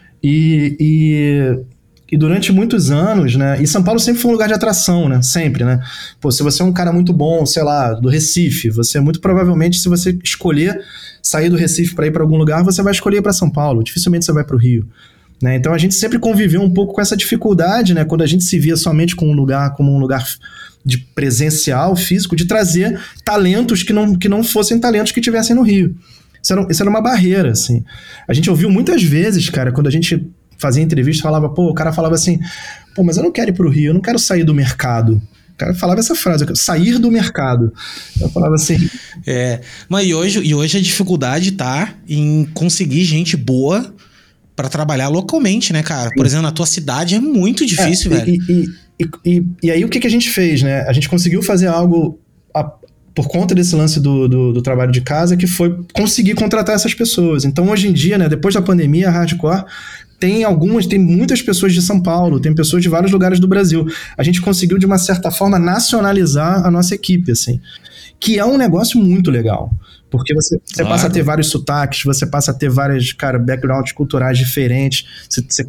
E, e, e durante muitos anos, né? E São Paulo sempre foi um lugar de atração, né? Sempre, né? Pô, se você é um cara muito bom, sei lá, do Recife, você muito provavelmente, se você escolher sair do Recife para ir para algum lugar, você vai escolher para São Paulo. Dificilmente você vai para o Rio. Né? Então a gente sempre conviveu um pouco com essa dificuldade, né? Quando a gente se via somente com um lugar como um lugar de presencial, físico, de trazer talentos que não, que não fossem talentos que tivessem no Rio. Isso era, isso era uma barreira, assim. A gente ouviu muitas vezes, cara, quando a gente fazia entrevista, falava, pô, o cara falava assim, pô, mas eu não quero ir pro Rio, eu não quero sair do mercado. O cara falava essa frase, eu quero sair do mercado. Eu falava assim... É, mas e hoje, e hoje a dificuldade tá em conseguir gente boa pra trabalhar localmente, né, cara? Por exemplo, na tua cidade é muito difícil, é, velho. E, e, e, e, e aí o que, que a gente fez, né? A gente conseguiu fazer algo a, por conta desse lance do, do, do trabalho de casa, que foi conseguir contratar essas pessoas. Então, hoje em dia, né, depois da pandemia, a Hardcore tem algumas, tem muitas pessoas de São Paulo, tem pessoas de vários lugares do Brasil. A gente conseguiu, de uma certa forma, nacionalizar a nossa equipe, assim. Que é um negócio muito legal. Porque você, você claro. passa a ter vários sotaques, você passa a ter vários, cara, backgrounds culturais diferentes. Você, você...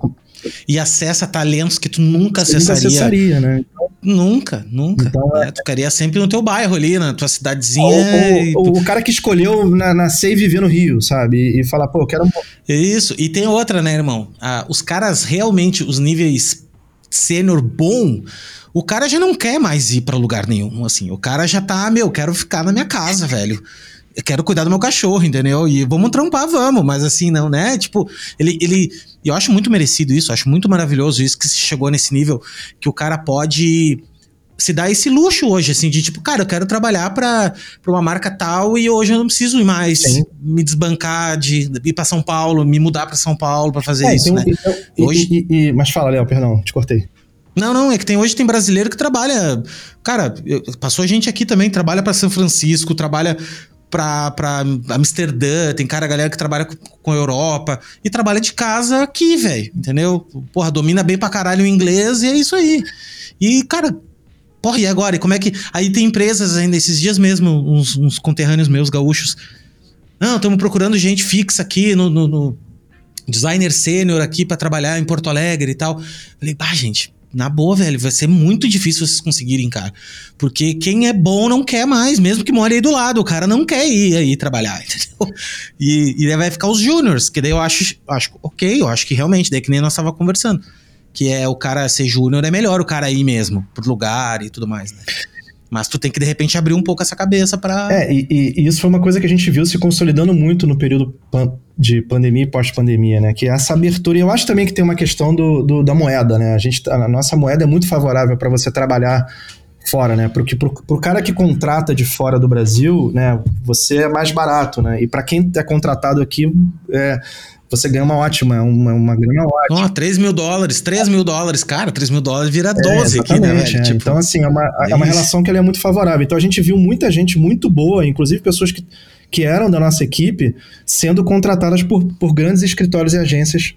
E acessa talentos que tu nunca você acessaria. Nunca acessaria, né? Nunca, nunca. Então, né? é... Tu ficaria sempre no teu bairro ali, na tua cidadezinha. O, o, o, o cara que escolheu na, nascer e viver no Rio, sabe? E, e falar, pô, eu quero... Isso. E tem outra, né, irmão? Ah, os caras realmente, os níveis sênior bom... O cara já não quer mais ir pra lugar nenhum, assim. O cara já tá, meu, quero ficar na minha casa, velho. Eu quero cuidar do meu cachorro, entendeu? E vamos trampar, vamos. Mas assim, não, né? Tipo, ele... ele eu acho muito merecido isso, eu acho muito maravilhoso isso, que se chegou nesse nível que o cara pode se dar esse luxo hoje, assim, de tipo, cara, eu quero trabalhar pra, pra uma marca tal e hoje eu não preciso ir mais Sim. me desbancar de ir pra São Paulo, me mudar pra São Paulo pra fazer é, isso, então, né? Então, hoje... E, e, e, mas fala, Léo, perdão, te cortei. Não, não, é que tem, hoje tem brasileiro que trabalha... Cara, passou gente aqui também, trabalha pra São Francisco, trabalha pra, pra Amsterdã, tem cara, galera que trabalha com, com a Europa e trabalha de casa aqui, velho, entendeu? Porra, domina bem pra caralho o inglês e é isso aí. E, cara, porra, e agora? E como é que... Aí tem empresas ainda, esses dias mesmo, uns, uns conterrâneos meus gaúchos, não, estamos procurando gente fixa aqui no... no, no designer sênior aqui pra trabalhar em Porto Alegre e tal. Falei, bah, gente... Na boa, velho, vai ser muito difícil vocês conseguirem, cara. Porque quem é bom não quer mais, mesmo que mora aí do lado. O cara não quer ir aí trabalhar, entendeu? E, e daí vai ficar os júniors, que daí eu acho, acho ok, eu acho que realmente, daí que nem nós tava conversando. Que é o cara ser júnior, é melhor o cara ir mesmo, pro lugar e tudo mais, né? Mas tu tem que, de repente, abrir um pouco essa cabeça pra... É, e, e isso foi uma coisa que a gente viu se consolidando muito no período pan- de pandemia e pós-pandemia, né? Que é essa abertura. E eu acho também que tem uma questão do, do, da moeda, né? A, gente, a nossa moeda é muito favorável para você trabalhar fora, né? Porque pro, pro cara que contrata de fora do Brasil, né? Você é mais barato, né? E para quem é contratado aqui... É, você ganha uma ótima, uma, uma grana ótima. Oh, três mil dólares, três mil dólares, cara, três mil dólares vira doze é, aqui, né, velho? É. Tipo, então, assim, é uma, é uma relação que ela é muito favorável. Então, a gente viu muita gente muito boa, inclusive pessoas que, que eram da nossa equipe, sendo contratadas por, por grandes escritórios e agências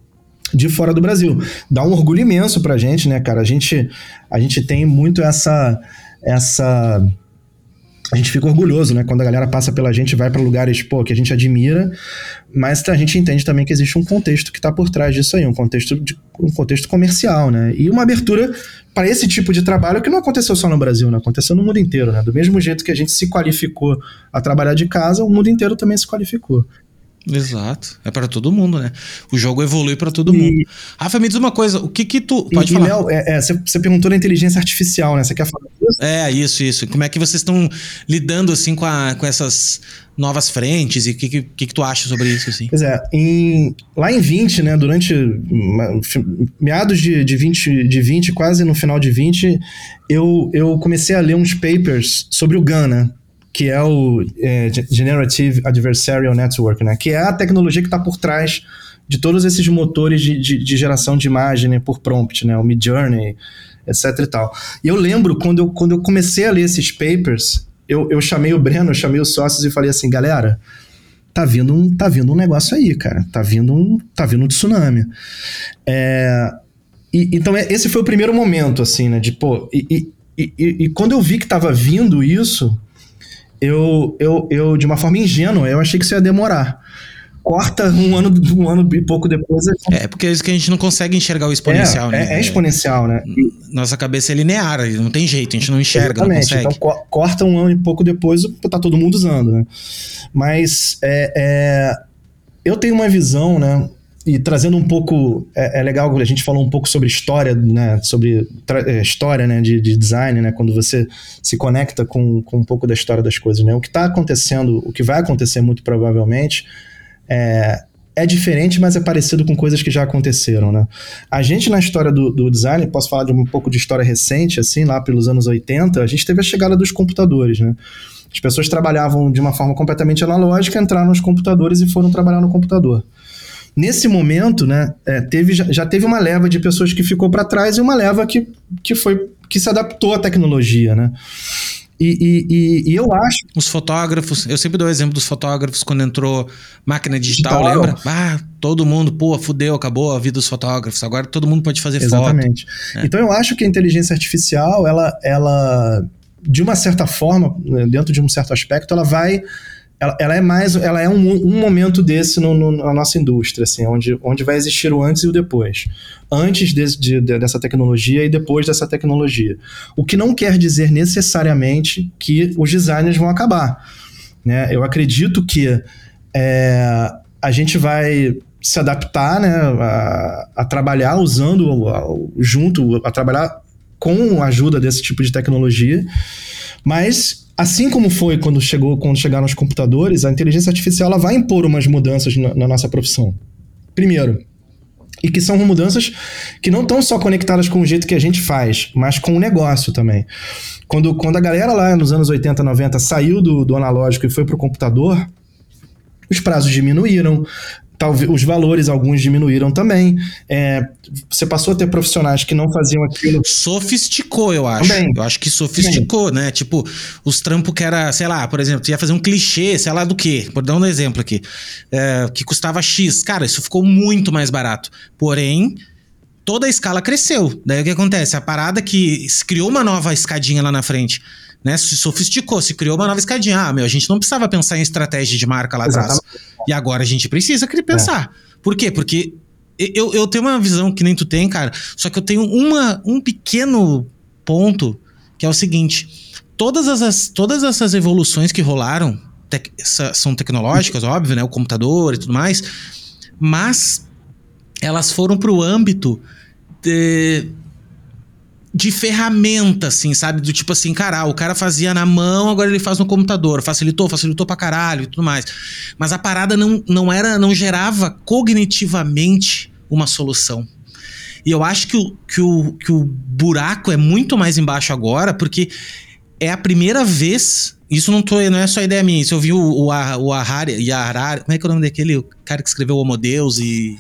de fora do Brasil. Dá um orgulho imenso pra gente, né, cara? A gente, a gente tem muito essa... essa a gente fica orgulhoso, né? Quando a galera passa pela gente, vai para lugares, pô, que a gente admira, mas a gente entende também que existe um contexto que tá por trás disso aí, um contexto, de, um contexto comercial, né? E uma abertura para esse tipo de trabalho que não aconteceu só no Brasil, né? Aconteceu no mundo inteiro, né? Do mesmo jeito que a gente se qualificou a trabalhar de casa, o mundo inteiro também se qualificou. Exato, é para todo mundo, né? O jogo evolui para todo e... mundo. Rafa, me diz uma coisa, o que que tu... Pode e, falar. Léo, você é, é, perguntou da inteligência artificial, né? Você quer falar disso? É, isso, isso. Como é que vocês estão lidando, assim, com, a, com essas novas frentes e o que, que, que, que tu acha sobre isso, assim? Pois é, em, lá em vinte, né, durante meados de, de, vinte, de vinte, quase no final de vinte, eu, eu comecei a ler uns papers sobre o GAN, né? Que é o é, Generative Adversarial Network, né? Que é a tecnologia que está por trás de todos esses motores de, de, de geração de imagem, né, por prompt, né, o Midjourney, etc e tal. E eu lembro, quando eu, quando eu comecei a ler esses papers, eu, eu chamei o Breno, eu chamei os sócios e falei assim, galera, tá vindo um, tá vindo um negócio aí, cara, tá vindo um, tá vindo um tsunami. É, e, então esse foi o primeiro momento, assim, né, de, pô, e, e, e, e quando eu vi que tava vindo isso, eu, eu, eu, de uma forma ingênua, eu achei que isso ia demorar. Corta um ano, um ano e pouco depois. É, porque é isso que a gente não consegue enxergar o exponencial, é, né? É, é exponencial, né? Nossa cabeça é linear, não tem jeito, a gente não enxerga, Exatamente. não consegue. Então co- corta um ano e pouco depois, tá todo mundo usando, né? Mas é, é, eu tenho uma visão, né? E trazendo um pouco, é, é legal, a gente falou um pouco sobre história, né? Sobre tra- é, história, né? De, de design, né? Quando você se conecta com, com um pouco da história das coisas, né? O que está acontecendo, o que vai acontecer muito provavelmente É, é diferente, mas é parecido com coisas que já aconteceram, né? A gente, na história do, do design, posso falar de um pouco de história recente, assim, lá pelos anos oitenta, a gente teve a chegada dos computadores, né? As pessoas trabalhavam de uma forma completamente analógica, entraram nos computadores e foram trabalhar no computador. Nesse momento, né, é, teve, já, já teve uma leva de pessoas que ficou para trás e uma leva que, que, foi, que se adaptou à tecnologia, né? E, e, e eu acho... Os fotógrafos, eu sempre dou o exemplo dos fotógrafos quando entrou máquina digital, digital. lembra? Ah, todo mundo, pô, fudeu, acabou a vida dos fotógrafos, agora todo mundo pode fazer Exatamente. foto. Exatamente. Então eu acho que a inteligência artificial, ela, ela de uma certa forma, dentro de um certo aspecto, ela vai... Ela, ela é mais, ela é um, um momento desse no, no, na nossa indústria, assim, onde, onde vai existir o antes e o depois. Antes de, de, de, dessa tecnologia e depois dessa tecnologia. O que não quer dizer necessariamente que os designers vão acabar, né? Eu acredito que é, a gente vai se adaptar, né, a, a trabalhar usando, a, junto, a trabalhar com a ajuda desse tipo de tecnologia, mas... Assim como foi quando, chegou, quando chegaram os computadores, a inteligência artificial ela vai impor umas mudanças na, na nossa profissão. Primeiro, e que são mudanças que não estão só conectadas com o jeito que a gente faz, mas com o negócio também. Quando, quando a galera lá nos anos oitenta, noventa saiu do, do analógico e foi para o computador, os prazos diminuíram, talvez os valores, alguns diminuíram também. É, você passou a ter profissionais que não faziam aquilo. Sofisticou, eu acho. Também. Eu acho que sofisticou, Também. né? Tipo, os trampos que era, sei lá, por exemplo, tu ia fazer um clichê, sei lá do quê, por dar um exemplo aqui, é, que custava X. Cara, isso ficou muito mais barato. Porém, toda a escala cresceu. Daí o que acontece? A parada que se criou uma nova escadinha lá na frente, né? Se sofisticou, se criou uma nova escadinha. Ah, meu, a gente não precisava pensar em estratégia de marca lá atrás. Exatamente. E agora a gente precisa pensar. É. Por quê? Porque eu, eu tenho uma visão que nem tu tem, cara, só que eu tenho uma, um pequeno ponto, que é o seguinte: todas, as, todas essas evoluções que rolaram tec, são tecnológicas, óbvio, né? O computador e tudo mais, mas elas foram pro âmbito de... de ferramenta, assim, sabe? Do tipo assim, cara, o cara fazia na mão, agora ele faz no computador. Facilitou, facilitou pra caralho e tudo mais. Mas a parada não, não era, não gerava cognitivamente uma solução. E eu acho que o, que, o, que o buraco é muito mais embaixo agora, porque é a primeira vez... Isso não, tô, não é só ideia minha. Isso eu vi o, o, o Harari, Harari... Como é que é o nome daquele? O cara que escreveu Homo Deus e...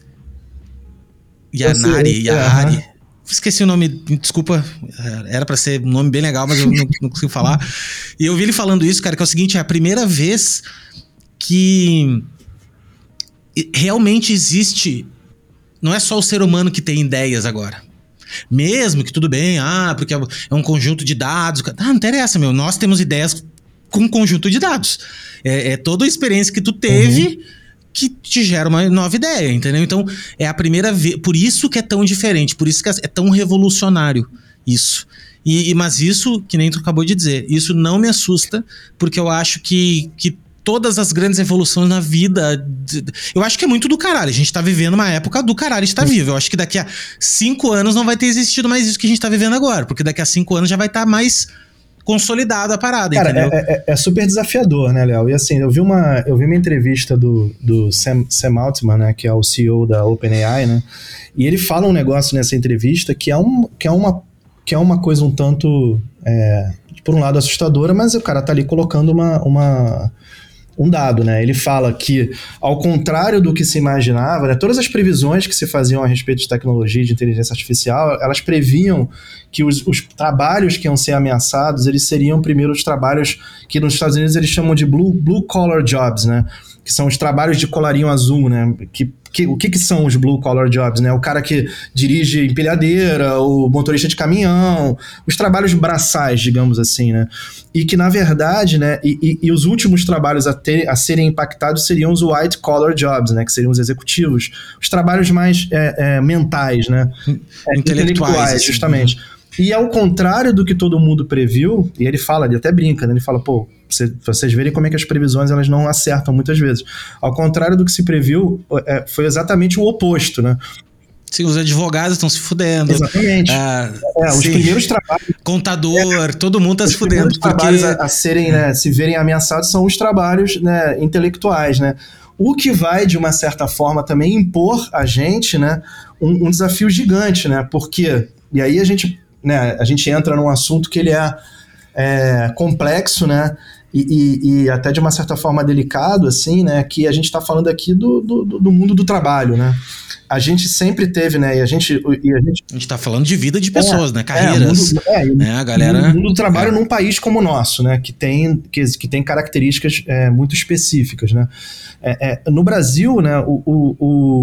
Yanari, Yahari... Uhum. Esqueci o nome, desculpa, era pra ser um nome bem legal, mas eu não, não consigo falar. E eu vi ele falando isso, cara, que é o seguinte: é a primeira vez que realmente existe, não é só o ser humano que tem ideias agora. Mesmo que tudo bem, ah, porque é um conjunto de dados. Ah, não interessa, meu, nós temos ideias com um conjunto de dados. É, é toda a experiência que tu teve... Uhum. que te gera uma nova ideia, entendeu? Então, é a primeira vez... Por isso que é tão diferente, por isso que é tão revolucionário isso. E, mas isso, que nem tu acabou de dizer, isso não me assusta, porque eu acho que, que todas as grandes evoluções na vida... Eu acho que é muito do caralho. A gente tá vivendo uma época do caralho de estar vivo. Eu acho que daqui a cinco anos não vai ter existido mais isso que a gente tá vivendo agora, porque daqui a cinco anos já vai estar tá mais... consolidado a parada, cara, entendeu? É, é, é super desafiador, né, Léo? E assim, eu vi uma, eu vi uma entrevista do, do Sam, Sam Altman, né, que é o C E O da OpenAI, né, e ele fala um negócio nessa entrevista que é, um, que é, uma, que é uma coisa um tanto, é, por um lado assustadora, mas o cara tá ali colocando uma, uma, um dado, né? Ele fala que, ao contrário do que se imaginava, né, todas as previsões que se faziam a respeito de tecnologia e de inteligência artificial, elas previam que os, os trabalhos que iam ser ameaçados, eles seriam primeiro os trabalhos que nos Estados Unidos eles chamam de blue, blue collar jobs, né? Que são os trabalhos de colarinho azul, né? Que, que, o que, que são os blue collar jobs, né? O cara que dirige empilhadeira, o motorista de caminhão, os trabalhos braçais, digamos assim, né? E que, na verdade, né? E, e, e os últimos trabalhos a, ter, a serem impactados seriam os white collar jobs, né? Que seriam os executivos, os trabalhos mais é, é, mentais, né? Intelectuais, intelectuais, justamente. Assim. E ao contrário do que todo mundo previu, e ele fala, ele até brinca, né? Ele fala, pô, Pra vocês verem como é que as previsões elas não acertam muitas vezes. Ao contrário do que se previu, é, foi exatamente o oposto, né? Sim, os advogados estão se fudendo. Exatamente. Ah, é, os sim. primeiros trabalhos... Contador, é, todo mundo está se fudendo. Os primeiros trabalhos a, a serem, né, se verem ameaçados são os trabalhos, né, intelectuais, né? O que vai, de uma certa forma, também impor a gente, né, um, um desafio gigante, né? Porque, e aí a gente, né, a gente entra num assunto que ele é, é complexo, né? E, e, e até de uma certa forma delicado, assim, né, que a gente está falando aqui do, do, do mundo do trabalho, né? A gente sempre teve, né, e a gente... E a gente está falando de vida de pessoas, é, né, carreiras, é, mundo, é, né, a galera... O mundo do trabalho é. num país como o nosso, né, que tem, que, que tem características é, muito específicas, né. É, é, no Brasil, né, o... o,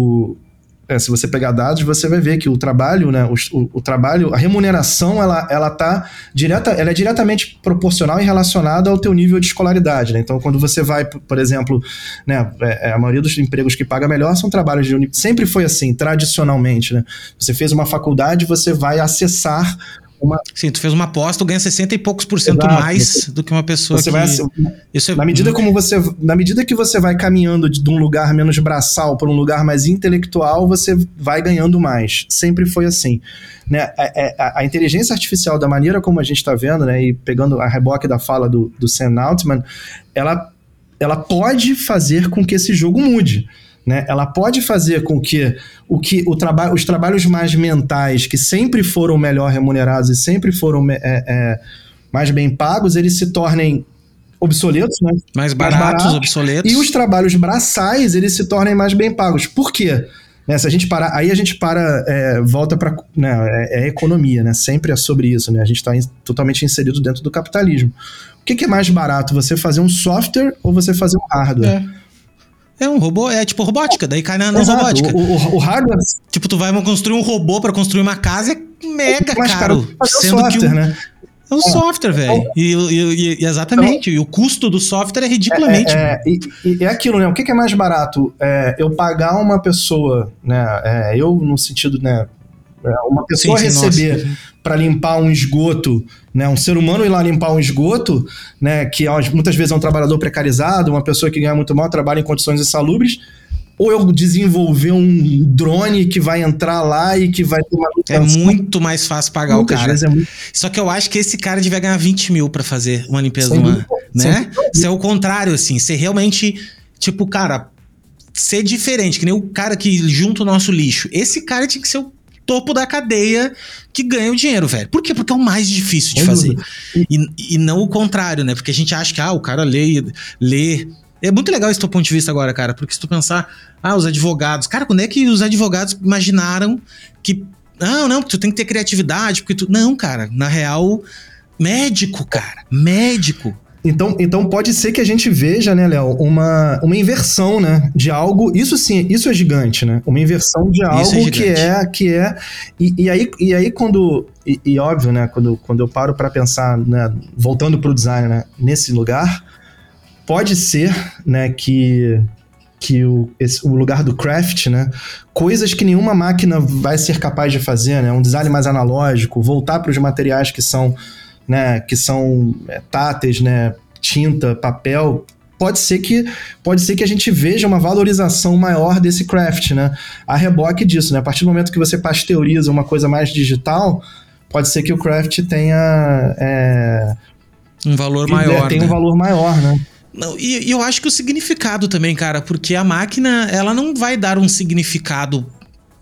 o É, se você pegar dados, você vai ver que o trabalho, né, o, o, o trabalho, a remuneração, ela, ela, tá direta, ela é diretamente proporcional e relacionada ao teu nível de escolaridade, né? Então, quando você vai, por exemplo, né, é, a maioria dos empregos que paga melhor são trabalhos de uni... sempre foi assim, tradicionalmente, né? Você fez uma faculdade, você vai acessar uma... Sim, tu fez uma aposta, tu ganha sessenta e poucos por cento Exato. mais você, do que uma pessoa você que... Vai, Isso é... na, medida como você, na medida que você vai caminhando de, de um lugar menos braçal para um lugar mais intelectual, você vai ganhando mais. Sempre foi assim. Né? A, a, a inteligência artificial, da maneira como a gente está vendo, né, e pegando a reboque da fala do, do Sam Altman, ela, ela pode fazer com que esse jogo mude. Né? Ela pode fazer com que, o que o traba- os trabalhos mais mentais, que sempre foram melhor remunerados e sempre foram é, é, mais bem pagos, eles se tornem obsoletos, né? mais, baratos, mais baratos, obsoletos. E os trabalhos braçais, eles se tornem mais bem pagos. Por quê? Né? Se a gente parar, aí a gente para, é, volta para, né, é, é economia, né? Sempre é sobre isso, né? A gente está in, totalmente inserido dentro do capitalismo. O que, que é mais barato? Você fazer um software ou você fazer um hardware? É. É um robô, é tipo robótica, daí cai na, na Exato, robótica. O, o, o hardware... Tipo, tu vai construir um robô pra construir uma casa, é mega é mais caro. caro sendo software, que o, né? É um é, software, velho. É, e, e, e exatamente, então, e o custo do software é ridiculamente. É, é, e, e é aquilo, né? O que, que é mais barato? É, eu pagar uma pessoa, né? É, eu, no sentido, né? Uma pessoa sim, sim, receber para limpar um esgoto, né, um ser humano ir lá limpar um esgoto, né, que muitas vezes é um trabalhador precarizado, uma pessoa que ganha muito mal, trabalha em condições insalubres, ou eu desenvolver um drone que vai entrar lá e que vai ter uma... É muito mais fácil pagar muitas o cara. Vezes é muito... Só que eu acho que esse cara devia ganhar vinte mil para fazer uma limpeza de uma... Né? Isso é o contrário, assim, ser realmente, tipo, cara, ser diferente, que nem o cara que junta o nosso lixo. Esse cara tinha que ser o topo da cadeia que ganha o dinheiro, velho. Por quê? Porque é o mais difícil de fazer. E, e não o contrário, né? Porque a gente acha que, ah, o cara lê, lê. É muito legal esse teu ponto de vista agora, cara. Porque se tu pensar, ah, os advogados. Cara, quando é que os advogados imaginaram que... Não, não, tu tem que ter criatividade, porque tu... Não, cara. Na real, médico, cara. Médico. Então, então pode ser que a gente veja, né, Léo, uma, uma inversão, né, de algo, isso sim, isso é gigante, né, uma inversão de algo é que é, que é, e, e, aí, e aí quando, e, e óbvio, né, quando, quando eu paro para pensar, né, voltando pro design, né, nesse lugar, pode ser, né, que, que o, esse, o lugar do craft, né, coisas que nenhuma máquina vai ser capaz de fazer, né, um design mais analógico, voltar para os materiais que são... Né, que são é, táteis, né, tinta, papel, pode ser que pode ser que a gente veja uma valorização maior desse craft, né, a reboque disso, né, a partir do momento que você pasteuriza uma coisa mais digital, pode ser que o craft tenha é, um valor maior, é, tem né? um valor maior, né? Não, e, e eu acho que o significado também, cara, porque a máquina, ela não vai dar um significado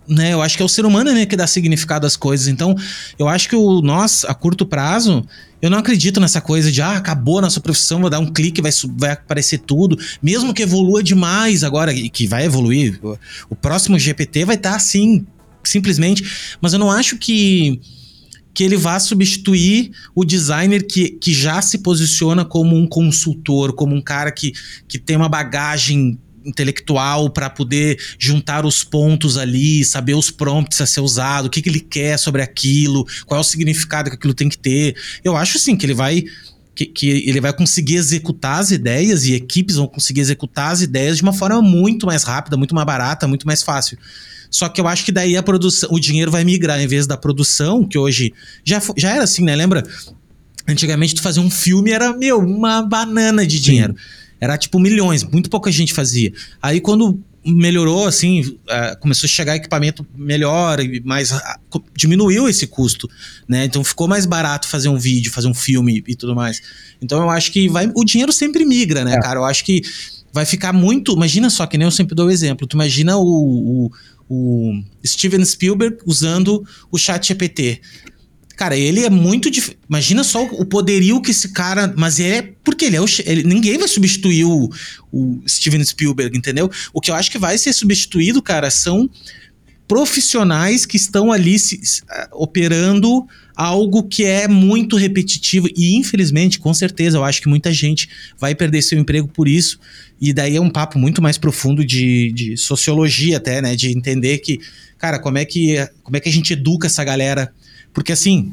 né, eu acho que é o ser humano, né, que dá significado às coisas. Então, eu acho que o nós, a curto prazo, eu não acredito nessa coisa de, ah, acabou a nossa profissão, vou dar um clique, vai, vai aparecer tudo. Mesmo que evolua demais agora, e que vai evoluir, o, o próximo G P T vai estar assim, simplesmente. Mas eu não acho que, que ele vá substituir o designer que, que já se posiciona como um consultor, como um cara que, que tem uma bagagem intelectual para poder juntar os pontos ali, saber os prompts a ser usado, o que, que ele quer sobre aquilo, qual é o significado que aquilo tem que ter. Eu acho sim que ele vai que, que ele vai conseguir executar as ideias, e equipes vão conseguir executar as ideias de uma forma muito mais rápida, muito mais barata, muito mais fácil. Só que eu acho que daí a produção, o dinheiro vai migrar, em vez da produção, que hoje já, já era assim, né? Lembra? Antigamente tu fazia um filme, era, meu, uma banana de dinheiro. Sim. Era tipo milhões, muito pouca gente fazia. Aí quando melhorou, assim, uh, começou a chegar equipamento melhor, e mais, uh, diminuiu esse custo, né? Então ficou mais barato fazer um vídeo, fazer um filme e tudo mais. Então eu acho que vai, o dinheiro sempre migra, né, é. cara? Eu acho que vai ficar muito... Imagina só, que nem eu sempre dou o exemplo. Tu imagina o, o, o Steven Spielberg usando o ChatGPT. Cara, ele é muito difícil. Imagina só o poderio que esse cara... Mas é porque ele é o... Ele, ninguém vai substituir o, o Steven Spielberg, entendeu? O que eu acho que vai ser substituído, cara, são profissionais que estão ali se, uh, operando algo que é muito repetitivo. E, infelizmente, com certeza, eu acho que muita gente vai perder seu emprego por isso. E daí é um papo muito mais profundo de, de sociologia até, né? De entender que, cara, como é que, como é que a gente educa essa galera... Porque assim,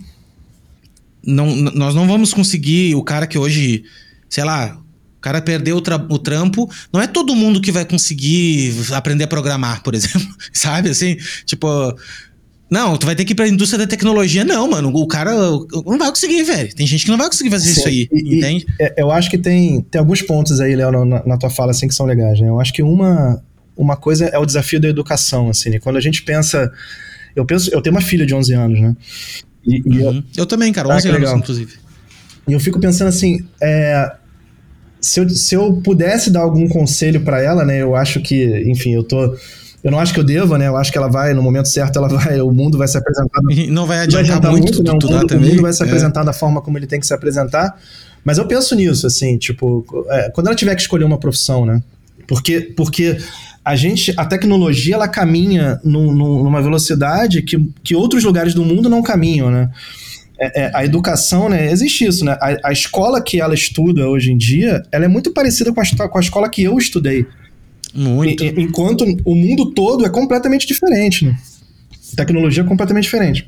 não, nós não vamos conseguir, o cara que hoje, sei lá, o cara perdeu o, tra- o trampo, não é todo mundo que vai conseguir aprender a programar, por exemplo, sabe, assim, tipo, não, tu vai ter que ir pra indústria da tecnologia, não, mano, o cara não vai conseguir, velho, tem gente que não vai conseguir fazer Sim, isso aí, e, entende? E, eu acho que tem, tem alguns pontos aí, Léo, na, na tua fala, assim, que são legais, né, eu acho que uma, uma coisa é o desafio da educação, assim, né? Quando a gente pensa... Eu penso, eu tenho uma filha de onze anos, né? E, e uhum. eu... eu também, cara, onze ah, anos, legal. inclusive. E eu fico pensando assim, é, se, eu, se eu pudesse dar algum conselho pra ela, né? Eu acho que, enfim, eu tô... Eu não acho que eu deva, né? Eu acho que ela vai, no momento certo, ela vai, o mundo vai se apresentar... E não vai adiantar, vai adiantar muito, muito né? tu, tu o, mundo, também. o mundo vai se é. apresentar da forma como ele tem que se apresentar. Mas eu penso nisso, assim, tipo... É, quando ela tiver que escolher uma profissão, né? Porque... porque A, gente, a tecnologia, ela caminha num, numa velocidade que, que outros lugares do mundo não caminham, né? É, é, a educação, né? Existe isso, né? A, a escola que ela estuda hoje em dia, ela é muito parecida com a, com a escola que eu estudei. Muito. E, enquanto o mundo todo é completamente diferente, né? A tecnologia é completamente diferente.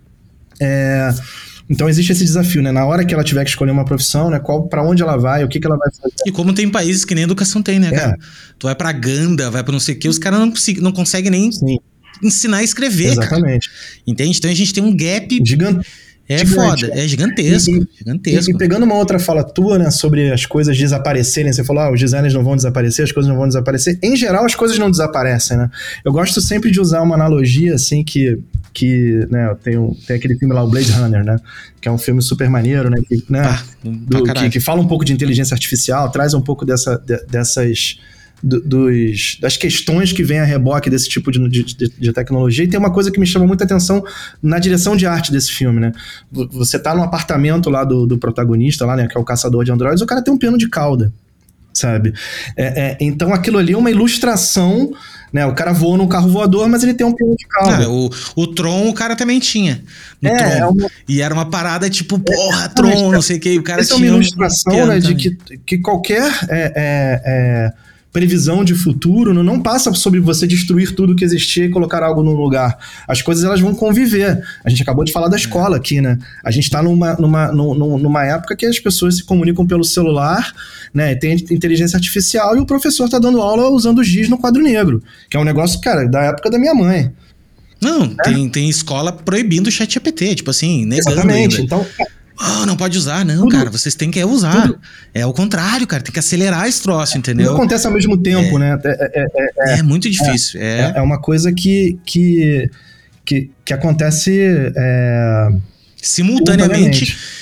É... Então existe esse desafio, né? Na hora que ela tiver que escolher uma profissão, né? Qual, pra onde ela vai, o que, que ela vai fazer. E como tem países que nem educação tem, né, é. cara? Tu vai pra Ganda, vai pra não sei o que, os caras não, não conseguem nem Sim. ensinar a escrever, Exatamente. cara. Entende? Então a gente tem um gap... Gigante. É Gigante, foda, cara. é gigantesco, e, gigantesco. E, e pegando uma outra fala tua, né, sobre as coisas desaparecerem, você falou, ah, os designers não vão desaparecer, as coisas não vão desaparecer. Em geral, as coisas não desaparecem, né? Eu gosto sempre de usar uma analogia, assim, que, que né, tem, um, tem aquele filme lá, o Blade Runner, né, que é um filme super maneiro, né, que, né, ah, do, que, que fala um pouco de inteligência artificial, traz um pouco dessa, de, dessas... Do, dos, das questões que vêm a reboque desse tipo de, de, de tecnologia. E tem uma coisa que me chama muita atenção na direção de arte desse filme, né? Você tá no apartamento lá do, do protagonista, lá, né, que é o caçador de androides, o cara tem um piano de cauda, sabe? É, é, então aquilo ali é uma ilustração, né? O cara voa num carro voador, mas ele tem um piano de cauda. Ah, o, o Tron, o cara também tinha. No é, Tron. É uma... E era uma parada tipo, porra, é, Tron, não sei o que. O cara Essa tinha é uma ilustração, um né, de que, que qualquer... É, é, é, previsão de futuro não, não passa sobre você destruir tudo que existia e colocar algo no lugar. As coisas, elas vão conviver. A gente acabou de falar da escola aqui, né? A gente está numa, numa, numa, numa época que as pessoas se comunicam pelo celular, né? Tem inteligência artificial e o professor está dando aula usando giz no quadro negro, que é um negócio, cara, da época da minha mãe. Não, é? tem, tem escola proibindo o chat G P T, tipo assim, negando. Exatamente, ainda. então... Oh, não pode usar, não, tudo, cara. Vocês têm que usar. Tudo. É o contrário, cara. Tem que acelerar esse troço, entendeu? Tudo acontece ao mesmo tempo, é, né? É, é, é, é muito difícil. É, é, é uma coisa que, que, que, que acontece é, simultaneamente.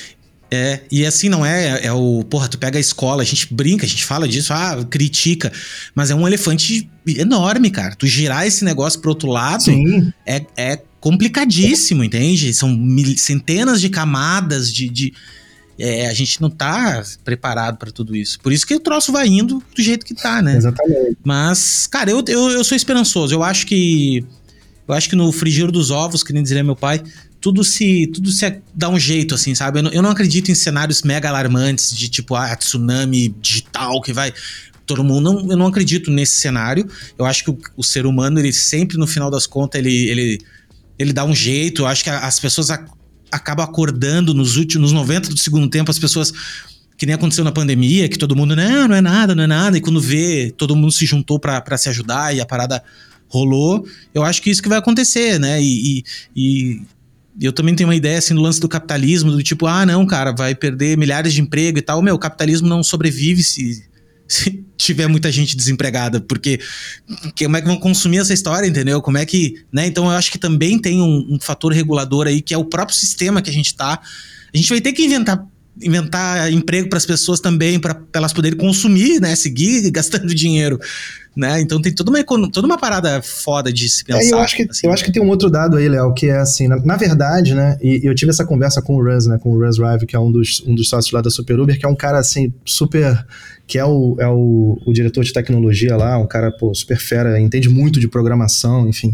É, e assim não é, é o, porra, tu pega a escola, a gente brinca, a gente fala disso, ah, critica, mas é um elefante enorme, cara. Tu girar esse negócio pro outro lado Sim. é, é complicadíssimo, entende? São mil, centenas de camadas de... de é, a gente não tá preparado pra tudo isso. Por isso que o troço vai indo do jeito que tá, né? Exatamente. Mas, cara, eu, eu, eu sou esperançoso. Eu acho que eu acho que no frigir dos ovos, que nem diria meu pai, tudo se, tudo se dá um jeito, assim, sabe? Eu não, eu não acredito em cenários mega alarmantes de tipo, ah, tsunami digital que vai... Todo mundo, não, eu não acredito nesse cenário. Eu acho que o, o ser humano, ele sempre, no final das contas, ele, ele, ele dá um jeito. Eu acho que as pessoas a, acabam acordando nos últimos noventa do segundo tempo, as pessoas... Que nem aconteceu na pandemia, que todo mundo, não, não é nada, não é nada. E quando vê, todo mundo se juntou pra, pra se ajudar e a parada rolou. Eu acho que isso que vai acontecer, né? E... e, e eu também tenho uma ideia, assim, do lance do capitalismo, do tipo, ah, não, cara, vai perder milhares de emprego e tal. Meu, o capitalismo não sobrevive se, se tiver muita gente desempregada, porque como é que vão consumir essa história, entendeu? Como é que, né? Então eu acho que também tem um, um fator regulador aí, que é o próprio sistema que a gente tá. A gente vai ter que inventar inventar emprego para as pessoas também, para elas poderem consumir, né, seguir gastando dinheiro, né, então tem toda uma, toda uma parada foda de se pensar. É, eu, acho que, assim. eu acho que tem um outro dado aí, Léo, que é assim, na, na verdade, né, e eu tive essa conversa com o Russ, né, com o Russ Rive, que é um dos, um dos sócios lá da Super Uber, que é um cara, assim, super, que é o, é o, o diretor de tecnologia lá, um cara, pô, super fera, entende muito de programação, enfim.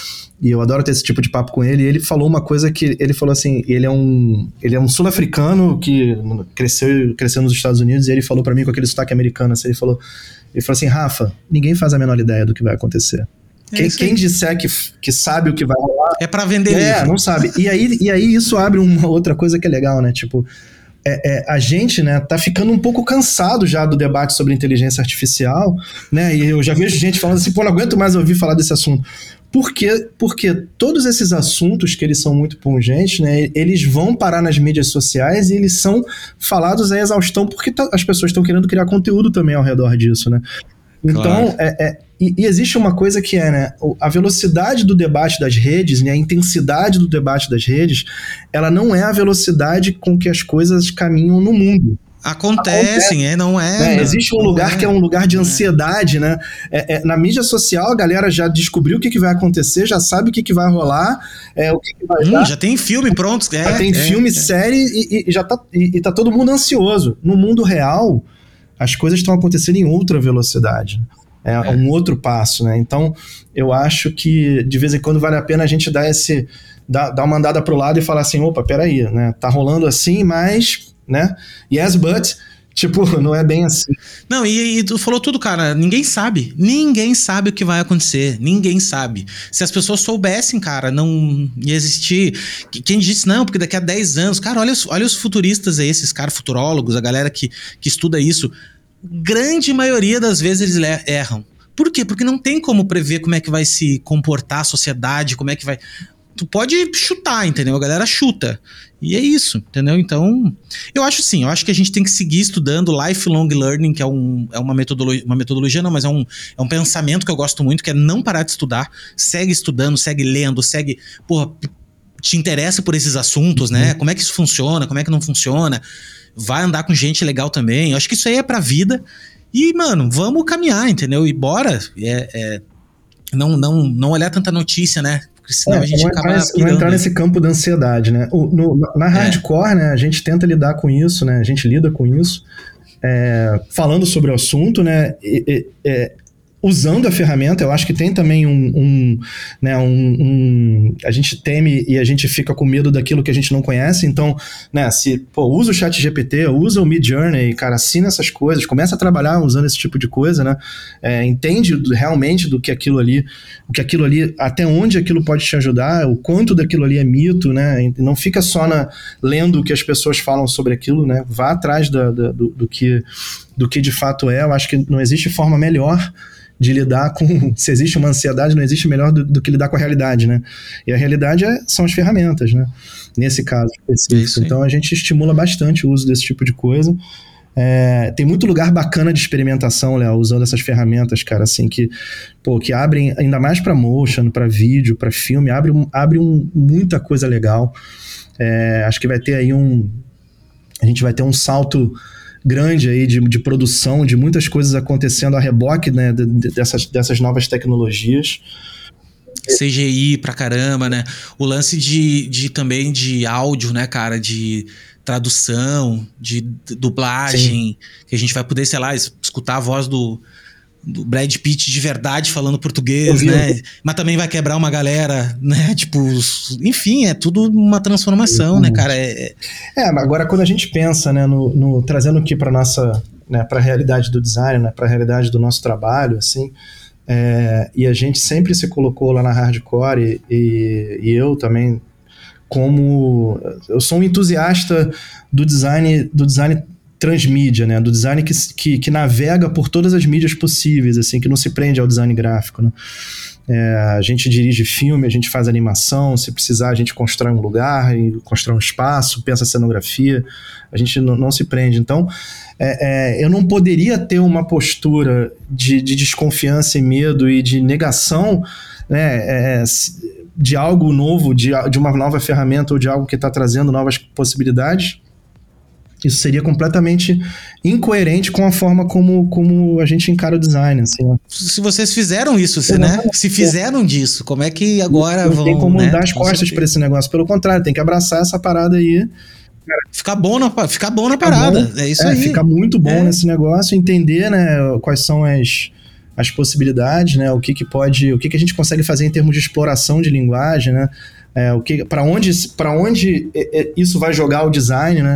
E eu adoro ter esse tipo de papo com ele. E ele falou uma coisa que... Ele falou assim... Ele é um, ele é um sul-africano que cresceu, cresceu nos Estados Unidos. E ele falou pra mim com aquele sotaque americano. Assim, ele, falou, ele falou assim... Rafa, ninguém faz a menor ideia do que vai acontecer. É quem, quem disser que, que sabe o que vai rolar... É pra vender É, livro. não sabe. E aí, e aí isso abre uma outra coisa que é legal, né? Tipo... É, é, a gente, né, tá ficando um pouco cansado já do debate sobre inteligência artificial, né? E eu já vejo gente falando assim... Pô, não aguento mais ouvir falar desse assunto. Por quê? Porque todos esses assuntos que eles são muito pungentes, né, eles vão parar nas mídias sociais e eles são falados à exaustão porque tá, as pessoas estão querendo criar conteúdo também ao redor disso, né? Então, claro. é, é, e, e existe uma coisa que é, né, a velocidade do debate das redes, né, a intensidade do debate das redes, ela não é a velocidade com que as coisas caminham no mundo. Acontecem, é, não é. é não, existe um lugar é, que é um lugar de ansiedade, é. né? É, é, na mídia social, a galera já descobriu o que, que vai acontecer, já sabe o que, que vai rolar, é, o que, que vai hum, dar. Já tem filme pronto. É, já tem é, filme, é. série e, e já tá, e, e tá todo mundo ansioso. No mundo real, as coisas estão acontecendo em outra velocidade. É, é um outro passo, né? Então, eu acho que de vez em quando vale a pena a gente dar esse... dar, dar uma andada pro lado e falar assim, opa, peraí, né? Tá rolando assim, mas... né? Yes, but, tipo, não é bem assim. Não, e, e tu falou tudo, cara, ninguém sabe, ninguém sabe o que vai acontecer, ninguém sabe. Se as pessoas soubessem, cara, não ia existir. Quem disse não, porque daqui a dez anos, cara, olha, olha os futuristas aí, esses caras futurólogos, a galera que, que estuda isso, grande maioria das vezes eles erram. Por quê? Porque não tem como prever como é que vai se comportar a sociedade, como é que vai... Tu pode chutar, entendeu? A galera chuta. E é isso, entendeu? Então, eu acho sim, eu acho que a gente tem que seguir estudando lifelong learning, que é, um, é uma, metodologia, uma metodologia, não, mas é um, é um pensamento que eu gosto muito, que é não parar de estudar. Segue estudando, segue lendo, segue... Porra, te interessa por esses assuntos, né? Uhum. Como é que isso funciona, como é que não funciona. Vai andar com gente legal também. Eu acho que isso aí é pra vida. E, mano, vamos caminhar, entendeu? E bora. É, é, não, não, não olhar tanta notícia, né? Porque senão é, a gente acaba nesse, não entrar nesse campo da ansiedade, né? O, no, na hardcore, é. né, a gente tenta lidar com isso, né? A gente lida com isso, é, falando sobre o assunto, né? E, e, é, usando a ferramenta. Eu acho que tem também um, um, né, um, um... A gente teme e a gente fica com medo daquilo que a gente não conhece. Então, né, se, pô, usa o chat G P T, usa o Midjourney, cara, assina essas coisas, começa a trabalhar usando esse tipo de coisa, né? É, entende realmente do que aquilo ali, o que aquilo ali, até onde aquilo pode te ajudar, o quanto daquilo ali é mito, né? Não fica só na, lendo o que as pessoas falam sobre aquilo, né? Vá atrás da, da, do, do, que, do que de fato é. Eu acho que não existe forma melhor de lidar com... Se existe uma ansiedade, não existe melhor do, do que lidar com a realidade, né? E a realidade é, são as ferramentas, né? Nesse caso específico. Então a gente estimula bastante o uso desse tipo de coisa. É, tem muito lugar bacana de experimentação, Léo, usando essas ferramentas, cara, assim, que, pô, que abrem ainda mais para motion, para vídeo, para filme, abre, abre um, muita coisa legal. É, acho que vai ter aí um... A gente vai ter um salto grande aí de, de produção, de muitas coisas acontecendo a reboque, né, de, de, dessas, dessas novas tecnologias. C G I pra caramba, né? O lance de, de também de áudio, né, cara? De tradução, de dublagem, sim, que a gente vai poder, sei lá, escutar a voz do, do Brad Pitt de verdade falando português, né? Mas também vai quebrar uma galera, né? Tipo, enfim, é tudo uma transformação, né, cara? É, é agora quando a gente pensa, né, no, no trazendo aqui pra nossa, né, pra realidade do design, né, pra realidade do nosso trabalho, assim, é, e a gente sempre se colocou lá na Hardcore, e, e, e eu também, como eu sou um entusiasta do design, do design transmídia, né? Do design que, que, que navega por todas as mídias possíveis, assim, que não se prende ao design gráfico, né? É, a gente dirige filme, a gente faz animação, se precisar a gente constrói um lugar, e constrói um espaço, pensa cenografia, a gente não, não se prende. Então, é, é, eu não poderia ter uma postura de, de desconfiança e medo e de negação, né? É, de algo novo, de, de uma nova ferramenta ou de algo que está trazendo novas possibilidades. Isso seria completamente incoerente com a forma como, como a gente encara o design. Assim, né? Se vocês fizeram isso, se, né? Se fizeram disso, como é que agora não vão... Não tem como né? dar as costas para esse negócio. Pelo contrário, tem que abraçar essa parada aí. Ficar bom na, ficar bom na parada. Bom, é isso é, aí. Ficar muito bom é. nesse negócio, entender, né, quais são as... as possibilidades, né? O que que pode, o que que a gente consegue fazer em termos de exploração de linguagem, né? É, o que, para onde, para onde isso vai jogar o design, né?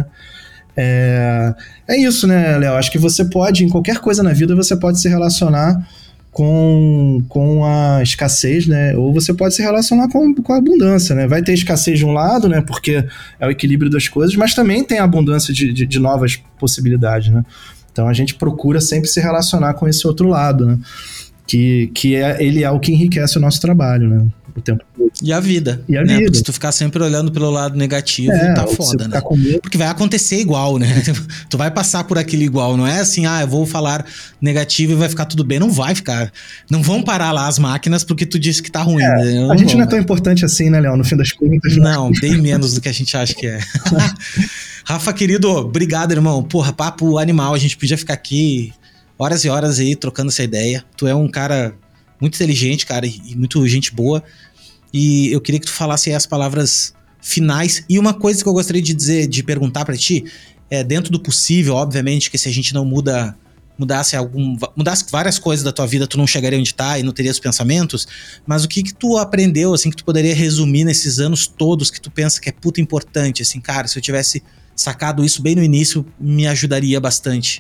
É, é isso, né, Léo? Acho que você pode, em qualquer coisa na vida, você pode se relacionar com, com a escassez, né? Ou você pode se relacionar com, com a abundância, né? Vai ter escassez de um lado, né? Porque é o equilíbrio das coisas, mas também tem a abundância de, de, de novas possibilidades, né? Então a gente procura sempre se relacionar com esse outro lado, né? Que, que é, ele é o que enriquece o nosso trabalho, né? O tempo todo. E a vida. E a né? vida. Porque se tu ficar sempre olhando pelo lado negativo, é, tá foda, né? Porque vai acontecer igual, né? Tu vai passar por aquilo igual. Não é assim, ah, eu vou falar negativo e vai ficar tudo bem. Não vai ficar. Não vão parar lá as máquinas porque tu disse que tá ruim. É, né? A gente vou, não é tão importante assim, né, Léo? No fim das contas. Não, bem menos do que a gente acha que é. Rafa, querido, obrigado, irmão. Porra, papo animal. A gente podia ficar aqui horas e horas aí trocando essa ideia. Tu é um cara muito inteligente, cara, e muito gente boa. E eu queria que tu falasse aí as palavras finais. E uma coisa que eu gostaria de dizer, de perguntar pra ti, é dentro do possível, obviamente, que se a gente não muda, mudasse algum, mudasse várias coisas da tua vida, tu não chegaria onde tá e não teria os pensamentos. Mas o que que tu aprendeu, assim, que tu poderia resumir nesses anos todos que tu pensa que é puta importante, assim, cara, se eu tivesse sacado isso bem no início, me ajudaria bastante.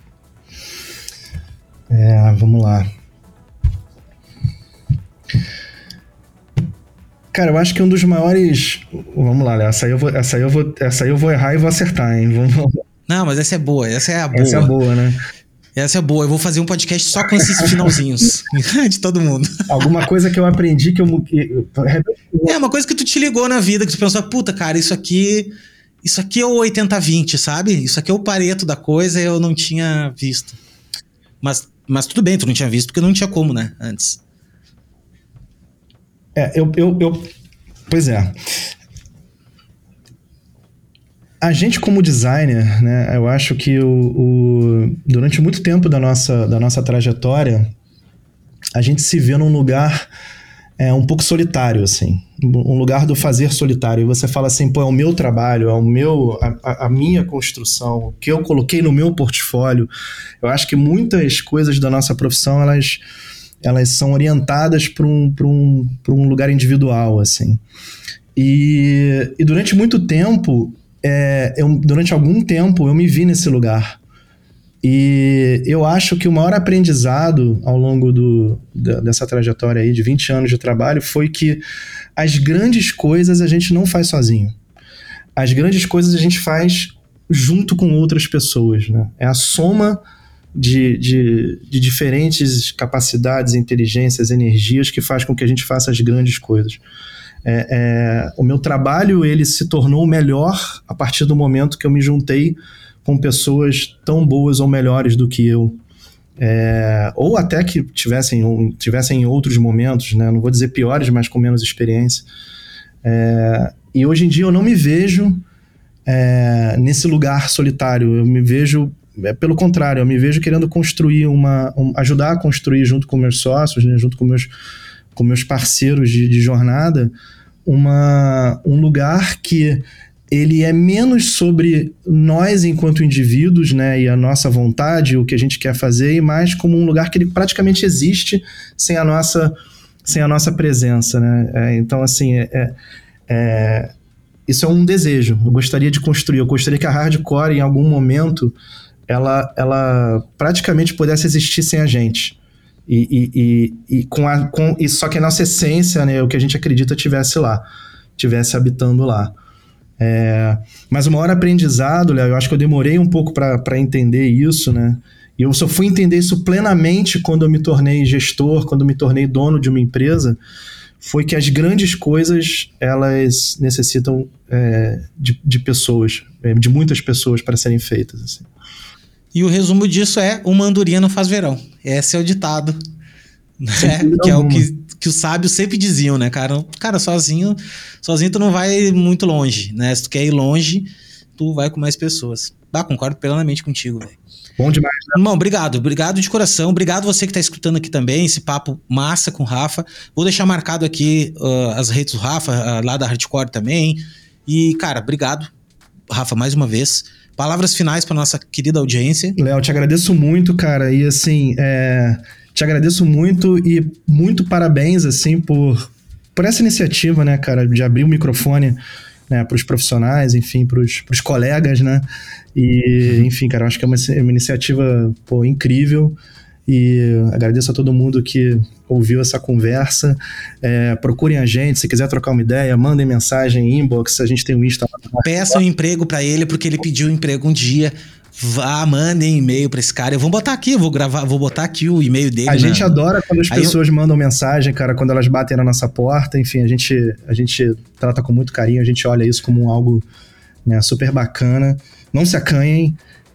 É, vamos lá. Cara, eu acho que um dos maiores... Vamos lá, Léo. Essa aí eu vou, essa aí eu vou, essa aí eu vou errar e vou acertar, hein? Vamos... Não, mas essa é boa. Essa é a boa. Essa é a boa, né? Essa é boa. Eu vou fazer um podcast só com esses finalzinhos. De todo mundo. Alguma coisa que eu aprendi que eu... É, uma coisa que tu te ligou na vida, que tu pensou, puta, cara, isso aqui... Isso aqui é o oitenta vinte, sabe? Isso aqui é o Pareto da coisa e eu não tinha visto. Mas, mas tudo bem, tu não tinha visto porque não tinha como, né? Antes. É, eu, eu, eu... Pois é. A gente como designer, né, eu acho que o, o, durante muito tempo da nossa, da nossa trajetória, a gente se vê num lugar é, um pouco solitário, assim. Um lugar do fazer solitário. E você fala assim, pô, é o meu trabalho, é o meu, a, a minha construção, o que eu coloquei no meu portfólio. Eu acho que muitas coisas da nossa profissão, elas... elas são orientadas para um, para um, para um lugar individual, assim. E, e durante muito tempo, é, eu, durante algum tempo, eu me vi nesse lugar. E eu acho que o maior aprendizado ao longo do, da, dessa trajetória aí de vinte anos de trabalho foi que as grandes coisas a gente não faz sozinho. As grandes coisas a gente faz junto com outras pessoas, né? É a soma De, de, de diferentes capacidades, inteligências, energias que faz com que a gente faça as grandes coisas. É, é, o meu trabalho ele se tornou melhor a partir do momento que eu me juntei com pessoas tão boas ou melhores do que eu. É, ou até que tivessem, tivessem em outros momentos, né? Não vou dizer piores, mas com menos experiência. É, e hoje em dia eu não me vejo é, nesse lugar solitário. Eu me vejo, é, pelo contrário, eu me vejo querendo construir uma, um, ajudar a construir junto com meus sócios, né, junto com meus, com meus parceiros de, de jornada, uma, um lugar que ele é menos sobre nós enquanto indivíduos, né, e a nossa vontade, o que a gente quer fazer, e mais como um lugar que ele praticamente existe sem a nossa, sem a nossa presença, né? É, então, assim, é, é, é, isso é um desejo. Eu gostaria de construir, eu gostaria que a hardcore, em algum momento, ela, ela praticamente pudesse existir sem a gente. E, e, e, e, com a, com, e só que a nossa essência, né, o que a gente acredita, tivesse lá, tivesse habitando lá. É, mas o maior aprendizado, Léo, eu acho que eu demorei um pouco para entender isso, né? E eu só fui entender isso plenamente quando eu me tornei gestor, quando eu me tornei dono de uma empresa, foi que as grandes coisas, elas necessitam é, de, de pessoas, de muitas pessoas para serem feitas, assim. E o resumo disso é: uma andorinha não faz verão. Esse é o ditado, né? Que é o que, que os sábios sempre diziam, né, cara? Cara, sozinho, sozinho tu não vai muito longe, né? Se tu quer ir longe, tu vai com mais pessoas. Ah, concordo plenamente contigo, velho. Bom demais, né? Irmão, obrigado. Obrigado de coração. Obrigado você que tá escutando aqui também, esse papo massa com o Rafa. Vou deixar marcado aqui uh, as redes do Rafa, uh, lá da Hardcore também. E, cara, obrigado, Rafa, mais uma vez. Palavras finais para nossa querida audiência. Léo, te agradeço muito, cara. E, assim, é... te agradeço muito e muito parabéns, assim, por, por essa iniciativa, né, cara, de abrir o microfone, né, para os profissionais, enfim, para os colegas, né, e, enfim, cara, eu acho que é uma, uma iniciativa, pô, incrível, e agradeço a todo mundo que ouviu essa conversa. É, procurem a gente, se quiser trocar uma ideia, mandem mensagem, inbox, a gente tem um Insta. Peça um emprego para ele, porque ele pediu um emprego um dia. Vá, mandem e-mail pra esse cara. Eu vou botar aqui, eu vou gravar, vou botar aqui o e-mail dele. A na... gente adora quando as Aí pessoas eu... mandam mensagem, cara, quando elas batem na nossa porta. Enfim, a gente, a gente trata com muito carinho, a gente olha isso como algo, né, super bacana. Não se acanhem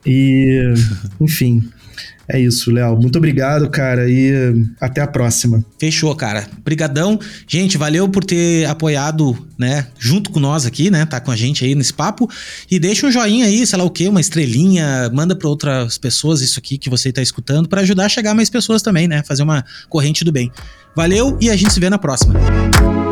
e, enfim, é isso, Léo. Muito obrigado, cara, e até a próxima. Fechou, cara. Brigadão. Gente, valeu por ter apoiado, né, junto com nós aqui, né, tá com a gente aí nesse papo. E deixa um joinha aí, sei lá o quê, uma estrelinha, manda para outras pessoas isso aqui que você tá escutando, para ajudar a chegar mais pessoas também, né, fazer uma corrente do bem. Valeu e a gente se vê na próxima.